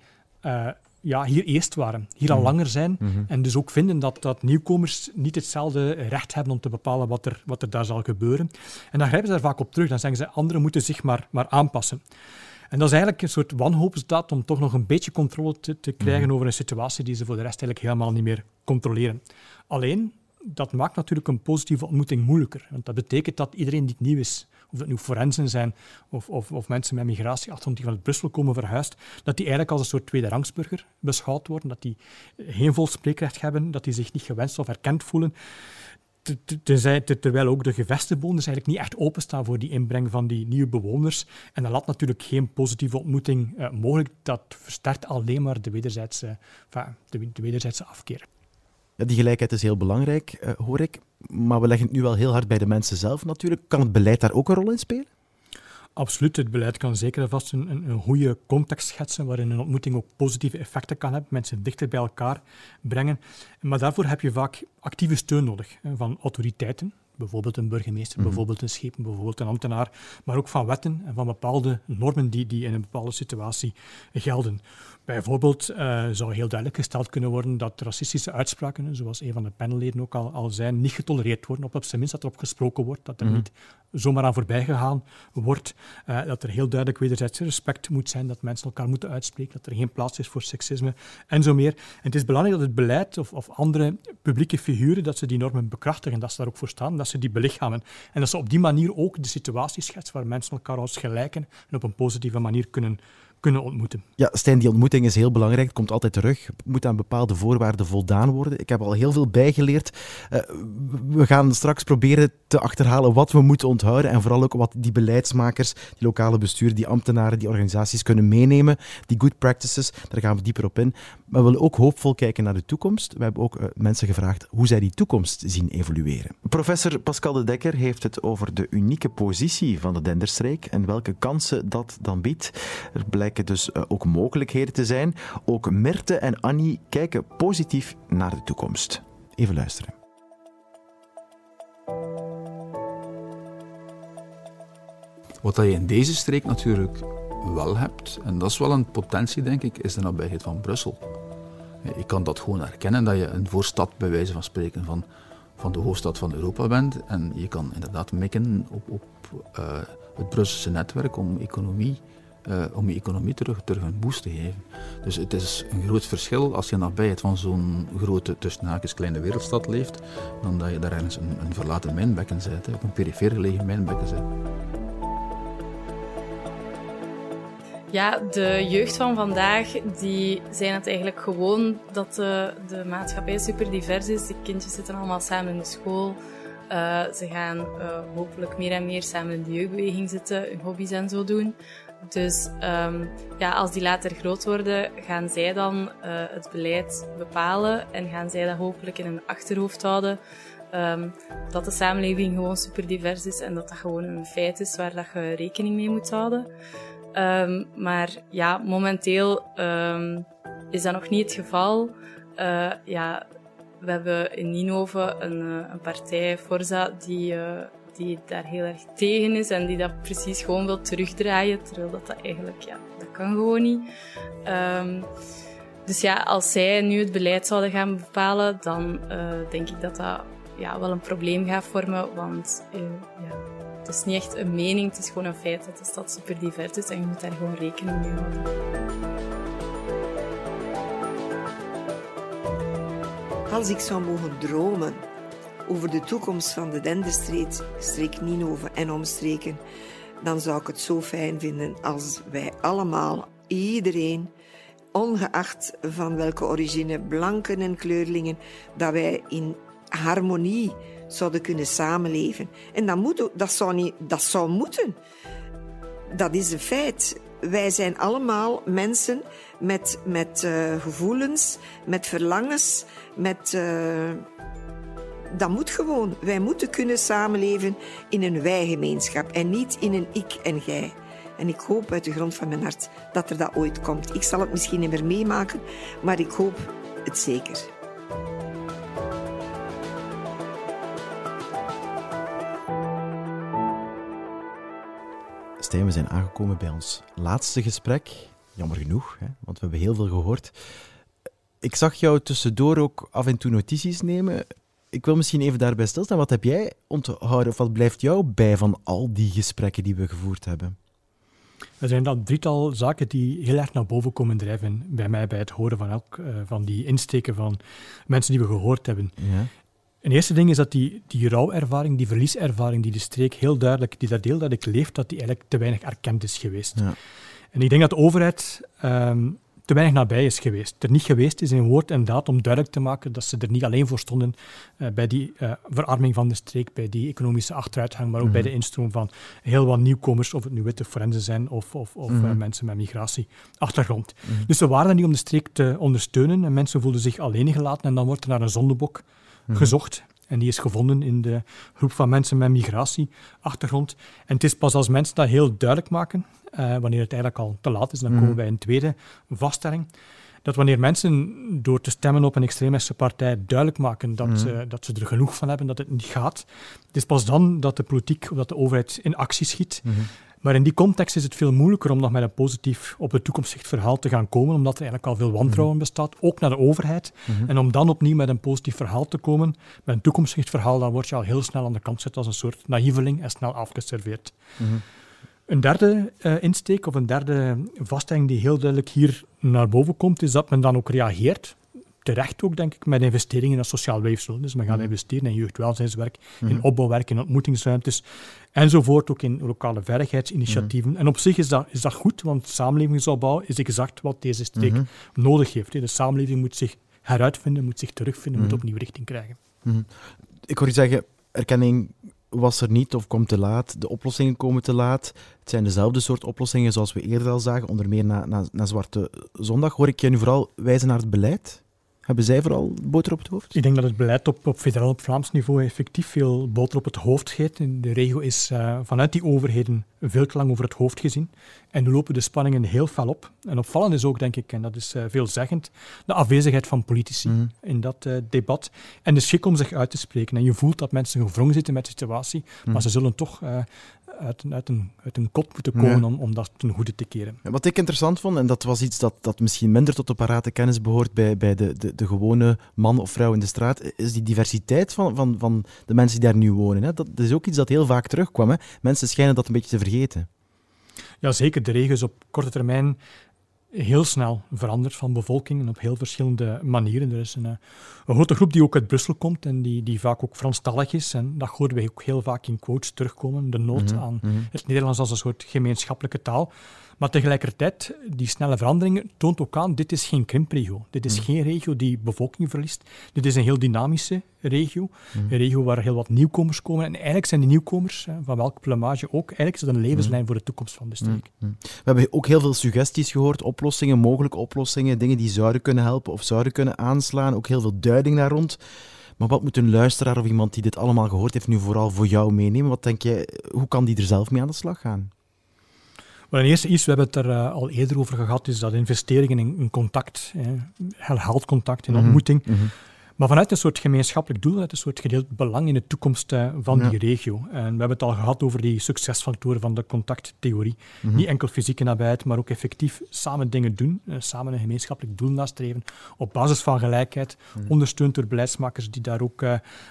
hier eerst waren, hier al langer zijn en dus ook vinden dat nieuwkomers niet hetzelfde recht hebben om te bepalen wat er daar zal gebeuren. En dan grijpen ze daar vaak op terug. Dan zeggen ze, anderen moeten zich maar aanpassen. En dat is eigenlijk een soort wanhoopsdaad om toch nog een beetje controle te krijgen over een situatie die ze voor de rest eigenlijk helemaal niet meer controleren. Alleen, dat maakt natuurlijk een positieve ontmoeting moeilijker. Want dat betekent dat iedereen die nieuw is, of dat nu forensen zijn of mensen met migratieachtergrond die vanuit Brussel komen verhuisd, dat die eigenlijk als een soort tweederangsburger beschouwd worden, dat die geen vol spreekrecht hebben, dat die zich niet gewenst of erkend voelen. Terwijl ook de gevestigde bewoners eigenlijk niet echt openstaan voor die inbreng van die nieuwe bewoners. En dat laat natuurlijk geen positieve ontmoeting mogelijk. Dat versterkt alleen maar de wederzijdse afkeer. Ja, die gelijkheid is heel belangrijk, hoor ik. Maar we leggen het nu wel heel hard bij de mensen zelf natuurlijk. Kan het beleid daar ook een rol in spelen? Absoluut. Het beleid kan zeker en vast een goede context schetsen waarin een ontmoeting ook positieve effecten kan hebben, mensen dichter bij elkaar brengen. Maar daarvoor heb je vaak actieve steun nodig van autoriteiten. Bijvoorbeeld een burgemeester, bijvoorbeeld een schepen, bijvoorbeeld een ambtenaar, maar ook van wetten en van bepaalde normen die in een bepaalde situatie gelden. Bijvoorbeeld zou heel duidelijk gesteld kunnen worden dat racistische uitspraken, zoals een van de panelleden ook al zei, niet getolereerd worden, op zijn minst dat erop gesproken wordt, dat er niet zomaar aan voorbij gegaan wordt, dat er heel duidelijk wederzijds respect moet zijn, dat mensen elkaar moeten uitspreken, dat er geen plaats is voor seksisme en zo meer. En het is belangrijk dat het beleid of andere publieke figuren, dat ze die normen bekrachtigen, dat ze daar ook voor staan, dat ze die belichamen. En dat ze op die manier ook de situatie schetsen waar mensen elkaar als gelijken en op een positieve manier kunnen ontmoeten. Ja, Stijn, die ontmoeting is heel belangrijk. Het komt altijd terug. Het moet aan bepaalde voorwaarden voldaan worden. Ik heb al heel veel bijgeleerd. We gaan straks proberen te achterhalen wat we moeten onthouden en vooral ook wat die beleidsmakers, die lokale bestuur, die ambtenaren, die organisaties kunnen meenemen. Die good practices, daar gaan we dieper op in. Maar we willen ook hoopvol kijken naar de toekomst. We hebben ook mensen gevraagd hoe zij die toekomst zien evolueren. Professor Pascal de Dekker heeft het over de unieke positie van de Denderstreek en welke kansen dat dan biedt. Er blijken dus ook mogelijkheden te zijn. Ook Mirte en Annie kijken positief naar de toekomst. Even luisteren. Wat je in deze streek natuurlijk wel hebt, en dat is wel een potentie, denk ik, is de nabijheid van Brussel. Je kan dat gewoon herkennen, dat je een voorstad, bij wijze van spreken, van de hoofdstad van Europa bent. En je kan inderdaad mikken op het Brusselse netwerk om je economie terug een boost te geven. Dus het is een groot verschil als je nabijheid van zo'n grote, tussen haakjes, kleine wereldstad leeft, dan dat je daar ergens een verlaten mijnbekken bent, of een perifeer gelegen mijnbekken bent. Ja, de jeugd van vandaag, die zijn het eigenlijk gewoon dat de maatschappij super divers is. De kindjes zitten allemaal samen in de school. Ze gaan hopelijk meer en meer samen in de jeugdbeweging zitten, hun hobby's en zo doen. Dus als die later groot worden, gaan zij dan het beleid bepalen en gaan zij dat hopelijk in hun achterhoofd houden. Dat de samenleving gewoon super divers is en dat dat gewoon een feit is waar dat je rekening mee moet houden. Maar ja, momenteel is dat nog niet het geval. We hebben in Ninove een partij, Forza, die daar heel erg tegen is en die dat precies gewoon wil terugdraaien, terwijl dat eigenlijk, dat kan gewoon niet. Dus ja, als zij nu het beleid zouden gaan bepalen, dan denk ik dat dat wel een probleem gaat vormen, want het is niet echt een mening, het is gewoon een feit dat de stad super divers is en je moet daar gewoon rekening mee houden. Als ik zou mogen dromen over de toekomst van de Denderstreek, Ninove en omstreken, dan zou ik het zo fijn vinden als wij allemaal, iedereen, ongeacht van welke origine, blanken en kleurlingen, dat wij in harmonie zouden kunnen samenleven. En dat zou moeten. Dat is een feit. Wij zijn allemaal mensen met gevoelens, met verlangens, dat moet gewoon. Wij moeten kunnen samenleven in een wij-gemeenschap en niet in een ik en jij. En ik hoop uit de grond van mijn hart dat er dat ooit komt. Ik zal het misschien niet meer meemaken, maar ik hoop het zeker. Stijn, we zijn aangekomen bij ons laatste gesprek. Jammer genoeg, want we hebben heel veel gehoord. Ik zag jou tussendoor ook af en toe notities nemen. Ik wil misschien even daarbij stilstaan. Wat heb jij onthouden, of wat blijft jou bij van al die gesprekken die we gevoerd hebben? Er zijn dan 3 zaken die heel erg naar boven komen drijven bij mij bij het horen van van die insteken van mensen die we gehoord hebben. Ja. Een eerste ding is dat die rouwervaring, die verlieservaring die de streek heel duidelijk leeft, dat die eigenlijk te weinig erkend is geweest. Ja. En ik denk dat de overheid te weinig nabij is geweest. Er niet geweest is in woord en daad om duidelijk te maken dat ze er niet alleen voor stonden bij die verarming van de streek, bij die economische achteruitgang, maar ook bij de instroom van heel wat nieuwkomers, of het nu witte forensen zijn of mensen met migratieachtergrond. Dus ze waren er niet om de streek te ondersteunen en mensen voelden zich alleen gelaten en dan wordt er naar een zondebok gezocht. En die is gevonden in de groep van mensen met migratieachtergrond. En het is pas als mensen dat heel duidelijk maken, wanneer het eigenlijk al te laat is, dan komen we bij een tweede vaststelling, dat wanneer mensen door te stemmen op een extreemrechtse partij duidelijk maken dat ze er genoeg van hebben, dat het niet gaat, het is pas dan dat de politiek of dat de overheid in actie schiet. Maar in die context is het veel moeilijker om nog met een positief op het toekomstgericht verhaal te gaan komen, omdat er eigenlijk al veel wantrouwen bestaat, ook naar de overheid. En om dan opnieuw met een positief verhaal te komen, met een toekomstgericht verhaal, dan word je al heel snel aan de kant gezet als een soort naïveling en snel afgeserveerd. Een derde insteek of een derde vaststelling die heel duidelijk hier naar boven komt, is dat men dan ook reageert. terecht ook, denk ik, met investeringen in dat sociaal weefsel. Dus men gaat investeren in jeugdwelzijnswerk, in opbouwwerk, in ontmoetingsruimtes, enzovoort, ook in lokale veiligheidsinitiatieven. En op zich is dat goed, want samenlevingsopbouw is exact wat deze streek nodig heeft. De samenleving moet zich heruitvinden, moet zich terugvinden, moet opnieuw richting krijgen. Ik hoor je zeggen, erkenning was er niet of komt te laat, de oplossingen komen te laat. Het zijn dezelfde soort oplossingen zoals we eerder al zagen, onder meer na Zwarte Zondag. Hoor ik je nu vooral wijzen naar het beleid? Hebben zij vooral boter op het hoofd? Ik denk dat het beleid op federaal, op Vlaams niveau effectief veel boter op het hoofd geeft. De regio is vanuit die overheden veel te lang over het hoofd gezien. En nu lopen de spanningen heel fel op. En opvallend is ook, denk ik, en dat is veelzeggend, de afwezigheid van politici in dat debat. En de schik om zich uit te spreken. En je voelt dat mensen gevrongen zitten met de situatie, maar ze zullen toch uit een kot moeten komen om dat ten goede te keren. Ja, wat ik interessant vond, en dat was iets dat misschien minder tot de parate kennis behoort bij de gewone man of vrouw in de straat, is die diversiteit van de mensen die daar nu wonen. Hè. Dat is ook iets dat heel vaak terugkwam. Hè. Mensen schijnen dat een beetje te vergeten. Ja, zeker. De regio is op korte termijn heel snel veranderd van bevolking en op heel verschillende manieren. Er is een grote groep die ook uit Brussel komt en die vaak ook Franstalig is. En dat horen wij ook heel vaak in quotes terugkomen. De nood aan het Nederlands als een soort gemeenschappelijke taal. Maar tegelijkertijd, die snelle veranderingen toont ook aan, dit is geen krimpregio. Dit is geen regio die bevolking verliest. Dit is een heel dynamische regio. Een regio waar heel wat nieuwkomers komen. En eigenlijk zijn die nieuwkomers, van welke plumage ook, eigenlijk is dat een levenslijn voor de toekomst van de streek. We hebben ook heel veel suggesties gehoord, oplossingen, mogelijke oplossingen, dingen die zouden kunnen helpen of zouden kunnen aanslaan. Ook heel veel duiding daar rond. Maar wat moet een luisteraar of iemand die dit allemaal gehoord heeft nu vooral voor jou meenemen? Wat denk jij, hoe kan die er zelf mee aan de slag gaan? Maar een eerste iets, we hebben het er al eerder over gehad, is dat investeringen in contact, herhaald contact, in ontmoeting, maar vanuit een soort gemeenschappelijk doel, uit een soort gedeeld belang in de toekomst van die regio. En we hebben het al gehad over die succesfactoren van de contacttheorie. Niet enkel fysieke nabijheid, maar ook effectief samen dingen doen, samen een gemeenschappelijk doel nastreven, op basis van gelijkheid, ondersteund door beleidsmakers die daar ook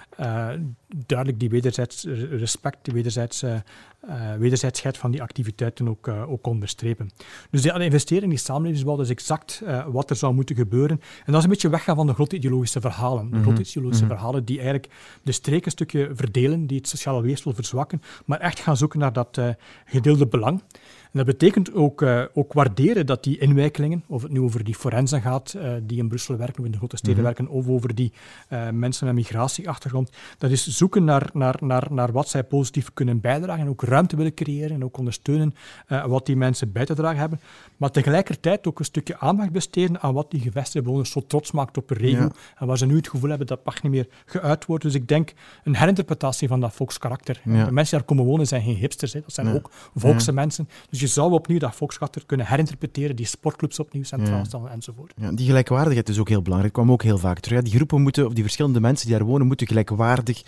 duidelijk die wederzijds respect, die wederzijdsheid van die activiteiten ook onderstrepen. Dus de investering in die samenlevingsbouw, dat is exact wat er zou moeten gebeuren. En dat is een beetje weggaan van de grote ideologische verhalen. De grote ideologische verhalen die eigenlijk de streek een stukje verdelen, die het sociale weefsel verzwakken, maar echt gaan zoeken naar dat gedeelde belang. En dat betekent ook waarderen dat die inwijkelingen, of het nu over die forensen gaat, die in Brussel werken of in de grote steden werken, of over die mensen met migratieachtergrond, dat is zoeken naar wat zij positief kunnen bijdragen en ook ruimte willen creëren en ook ondersteunen wat die mensen bij te dragen hebben. Maar tegelijkertijd ook een stukje aandacht besteden aan wat die gevestigde bewoners zo trots maakt op een regio en waar ze nu het gevoel hebben dat mag niet meer geuit wordt. Dus ik denk een herinterpretatie van dat volkskarakter. De mensen die daar komen wonen zijn geen hipsters, dat zijn ook volkse mensen. Dus je zou opnieuw dat volkskarakter kunnen herinterpreteren, die sportclubs opnieuw centraal stellen enzovoort. Ja, die gelijkwaardigheid is ook heel belangrijk. Dat kwam ook heel vaak terug. Ja, die groepen moeten, of die verschillende mensen die daar wonen, moeten gelijkwaardig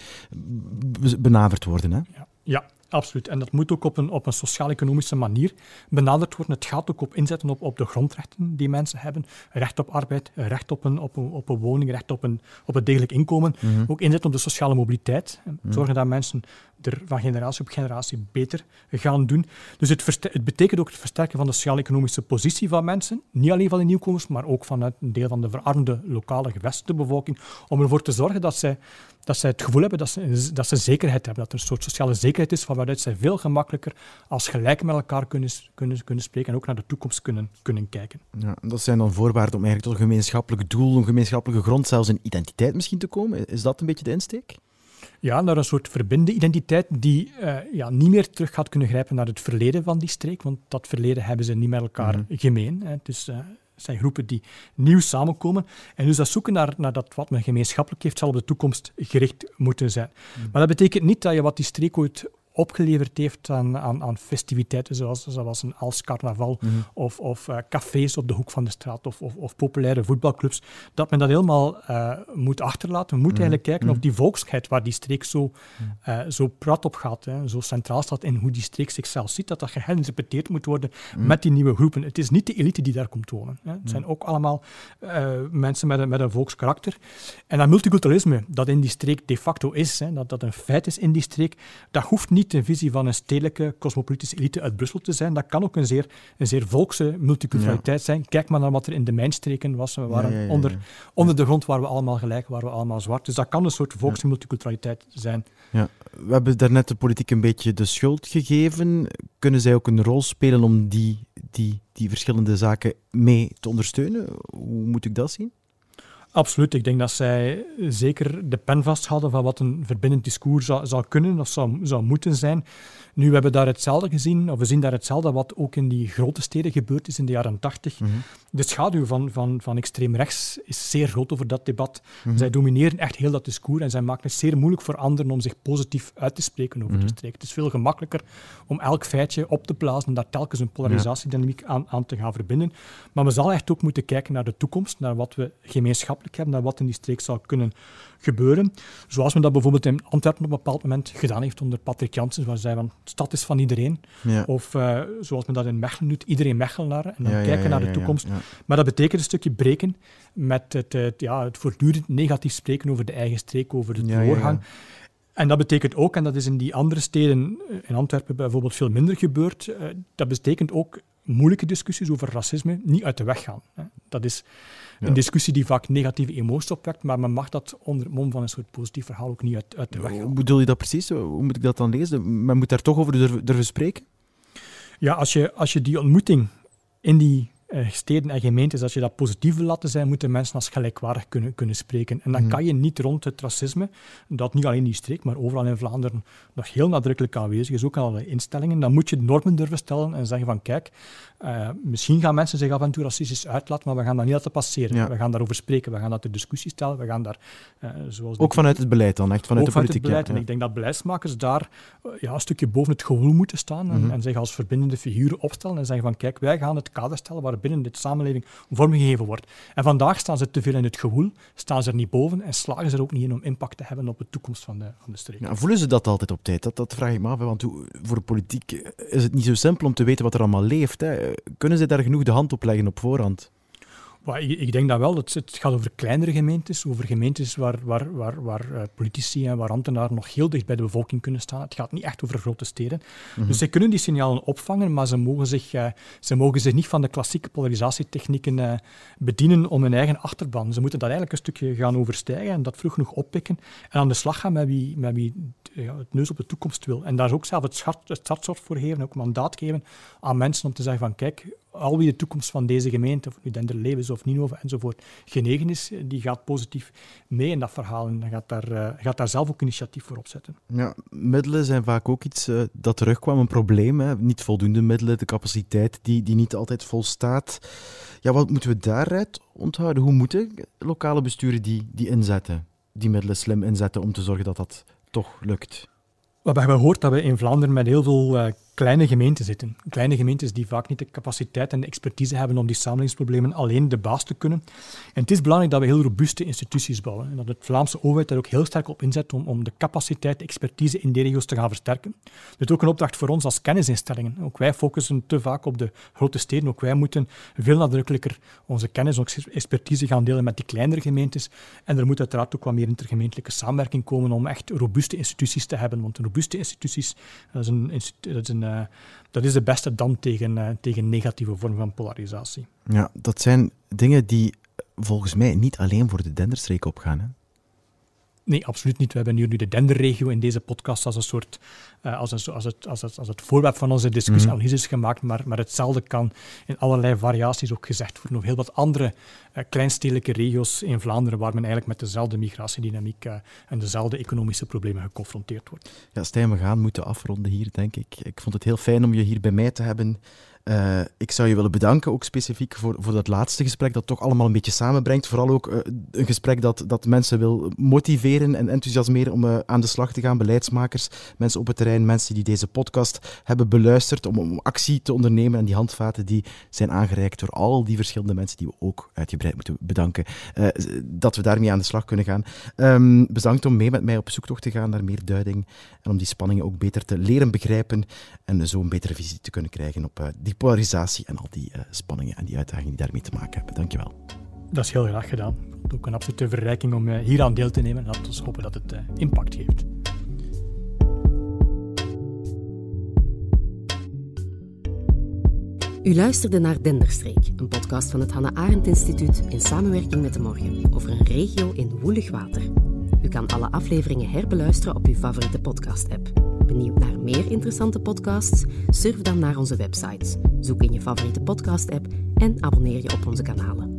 benaderd worden. Hè? Ja, absoluut. En dat moet ook op een sociaal-economische manier benaderd worden. Het gaat ook op inzetten op de grondrechten die mensen hebben. Recht op arbeid, recht op een woning, recht op een degelijk inkomen. Ook inzetten op de sociale mobiliteit. Zorgen dat mensen er van generatie op generatie beter gaan doen. Dus het betekent ook het versterken van de sociaal-economische positie van mensen. Niet alleen van de nieuwkomers, maar ook vanuit een deel van de verarmde lokale gevestigde bevolking. Om ervoor te zorgen dat zij het gevoel hebben dat ze zekerheid hebben. Dat er een soort sociale zekerheid is van waaruit zij veel gemakkelijker als gelijk met elkaar kunnen spreken en ook naar de toekomst kunnen kijken. Ja, dat zijn dan voorwaarden om eigenlijk tot een gemeenschappelijk doel, een gemeenschappelijke grond, zelfs een identiteit misschien te komen. Is dat een beetje de insteek? Ja, naar een soort verbindende identiteit die niet meer terug gaat kunnen grijpen naar het verleden van die streek, want dat verleden hebben ze niet met elkaar gemeen. Het zijn groepen die nieuw samenkomen. En dus dat zoeken naar dat wat men gemeenschappelijk heeft, zal op de toekomst gericht moeten zijn. Maar dat betekent niet dat je wat die streek ooit opgeleverd heeft aan festiviteiten zoals een als carnaval of cafés op de hoek van de straat of populaire voetbalclubs, dat men dat helemaal moet achterlaten. We moeten eigenlijk kijken of die volksheid waar die streek zo prat op gaat, zo centraal staat in hoe die streek zichzelf ziet, dat geherinterpreteerd moet worden met die nieuwe groepen. Het is niet de elite die daar komt wonen. Het zijn ook allemaal mensen met een volkskarakter. En dat multiculturalisme dat in die streek de facto is, dat een feit is in die streek, dat hoeft niet niet een visie van een stedelijke, cosmopolitische elite uit Brussel te zijn. Dat kan ook een zeer volkse multiculturaliteit zijn. Kijk maar naar wat er in de mijnstreken was. We waren onder de grond waren we allemaal gelijk, waren we allemaal zwart. Dus dat kan een soort volkse multiculturaliteit zijn. Ja. We hebben daarnet de politiek een beetje de schuld gegeven. Kunnen zij ook een rol spelen om die verschillende zaken mee te ondersteunen? Hoe moet ik dat zien? Absoluut. Ik denk dat zij zeker de pen vasthouden van wat een verbindend discours zou kunnen of zou moeten zijn. Nu, we hebben daar hetzelfde gezien, of we zien daar hetzelfde wat ook in die grote steden gebeurd is in de jaren 80. Mm-hmm. De schaduw van extreem rechts is zeer groot over dat debat. Mm-hmm. Zij domineren echt heel dat discours en zij maken het zeer moeilijk voor anderen om zich positief uit te spreken over de streek. Het is veel gemakkelijker om elk feitje op te blazen en daar telkens een polarisatiedynamiek aan te gaan verbinden. Maar we zullen echt ook moeten kijken naar de toekomst, naar wat we gemeenschappelijk hebben, naar wat in die streek zou kunnen gebeuren. Zoals men dat bijvoorbeeld in Antwerpen op een bepaald moment gedaan heeft onder Patrick Janssens, waar zij van stad is van iedereen. Ja. Of zoals men dat in Mechelen doet, iedereen Mechelenaar. En dan kijken naar de toekomst. Ja. Maar dat betekent een stukje breken met het voortdurend negatief spreken over de eigen streek, over de doorgang. Ja. En dat betekent ook, en dat is in die andere steden, in Antwerpen bijvoorbeeld veel minder gebeurd, dat betekent ook moeilijke discussies over racisme niet uit de weg gaan. Dat is een discussie die vaak negatieve emoties opwekt, maar men mag dat onder het mom van een soort positief verhaal ook niet uit de weg gaan. Hoe bedoel je dat precies? Hoe moet ik dat dan lezen? Men moet daar toch over durven spreken? Ja, als je die ontmoeting in die steden en gemeentes, als je dat positief wil laten zijn, moeten mensen als gelijkwaardig kunnen spreken. En dan kan je niet rond het racisme, dat niet alleen in die streek, maar overal in Vlaanderen nog heel nadrukkelijk aanwezig is, ook aan alle instellingen, dan moet je normen durven stellen en zeggen van kijk, misschien gaan mensen zich af en toe racistisch uitlaten, maar we gaan dat niet laten passeren. Ja. We gaan daarover spreken, we gaan dat ter discussie stellen, we gaan daar... ook vanuit het beleid dan, echt vanuit de politiek? Het beleid. Ja. En ik denk dat beleidsmakers daar een stukje boven het gewoel moeten staan en zich als verbindende figuren opstellen en zeggen van kijk, wij gaan het kader stellen waar binnen dit samenleving vormgegeven wordt. En vandaag staan ze te veel in het gewoel, staan ze er niet boven en slagen ze er ook niet in om impact te hebben op de toekomst van de streek. Ja, voelen ze dat altijd op tijd? Dat vraag ik me af, want voor de politiek is het niet zo simpel om te weten wat er allemaal leeft. Hè. Kunnen ze daar genoeg de hand op leggen op voorhand? Ik denk dat wel. Het gaat over kleinere gemeentes, over gemeentes waar politici en waar ambtenaren nog heel dicht bij de bevolking kunnen staan. Het gaat niet echt over grote steden. Mm-hmm. Dus zij kunnen die signalen opvangen, maar ze mogen zich niet van de klassieke polarisatietechnieken bedienen om hun eigen achterban. Ze moeten dat eigenlijk een stukje gaan overstijgen en dat vroeg genoeg oppikken en aan de slag gaan met wie het neus op de toekomst wil. En daar ook zelf het startschot voor geven, ook mandaat geven aan mensen om te zeggen van kijk, al wie de toekomst van deze gemeente, of nu Denderleeuw is of Ninove enzovoort, genegen is, die gaat positief mee in dat verhaal en gaat daar zelf ook initiatief voor opzetten. Ja, middelen zijn vaak ook iets dat terugkwam, een probleem. Hè? Niet voldoende middelen, de capaciteit die niet altijd volstaat. Ja, wat moeten we daaruit onthouden? Hoe moeten lokale besturen die inzetten, die middelen slim inzetten om te zorgen dat dat toch lukt? We hebben gehoord dat we in Vlaanderen met heel veel kleine gemeenten zitten. Kleine gemeentes die vaak niet de capaciteit en de expertise hebben om die samenlevingsproblemen alleen de baas te kunnen. En het is belangrijk dat we heel robuuste instituties bouwen. En dat het Vlaamse overheid daar ook heel sterk op inzet om de capaciteit, de expertise in die regio's te gaan versterken. Dat is ook een opdracht voor ons als kennisinstellingen. Ook wij focussen te vaak op de grote steden. Ook wij moeten veel nadrukkelijker onze kennis, onze expertise gaan delen met die kleinere gemeentes. En er moet uiteraard ook wat meer intergemeentelijke samenwerking komen om echt robuuste instituties te hebben. Want robuuste instituties, dat is de beste dam tegen negatieve vormen van polarisatie. Ja, dat zijn dingen die volgens mij niet alleen voor de Denderstreek opgaan, hè? Nee, absoluut niet. We hebben nu de Denderregio in deze podcast als een soort als het voorwerp van onze discussie gemaakt, maar hetzelfde kan in allerlei variaties ook gezegd worden over heel wat andere kleinstedelijke regio's in Vlaanderen waar men eigenlijk met dezelfde migratiedynamiek en dezelfde economische problemen geconfronteerd wordt. Ja, Stijn, we gaan moeten afronden hier, denk ik. Ik vond het heel fijn om je hier bij mij te hebben. Ik zou je willen bedanken, ook specifiek voor dat laatste gesprek, dat toch allemaal een beetje samenbrengt. Vooral ook een gesprek dat mensen wil motiveren en enthousiasmeren om aan de slag te gaan. Beleidsmakers, mensen op het terrein, mensen die deze podcast hebben beluisterd om actie te ondernemen. En die handvaten die zijn aangereikt door al die verschillende mensen die we ook uitgebreid moeten bedanken. Dat we daarmee aan de slag kunnen gaan. Bedankt om mee met mij op zoektocht te gaan naar meer duiding en om die spanningen ook beter te leren begrijpen en zo een betere visie te kunnen krijgen op die polarisatie en al die spanningen en die uitdagingen die daarmee te maken hebben. Dank je wel. Dat is heel graag gedaan. Het is ook een absolute verrijking om hier aan deel te nemen en laten we hopen dat het impact heeft. U luisterde naar Denderstreek, een podcast van het Hannah Arendt Instituut in samenwerking met De Morgen over een regio in woelig water. U kan alle afleveringen herbeluisteren op uw favoriete podcast-app. Benieuwd naar meer interessante podcasts? Surf dan naar onze website. Zoek in je favoriete podcast-app en abonneer je op onze kanalen.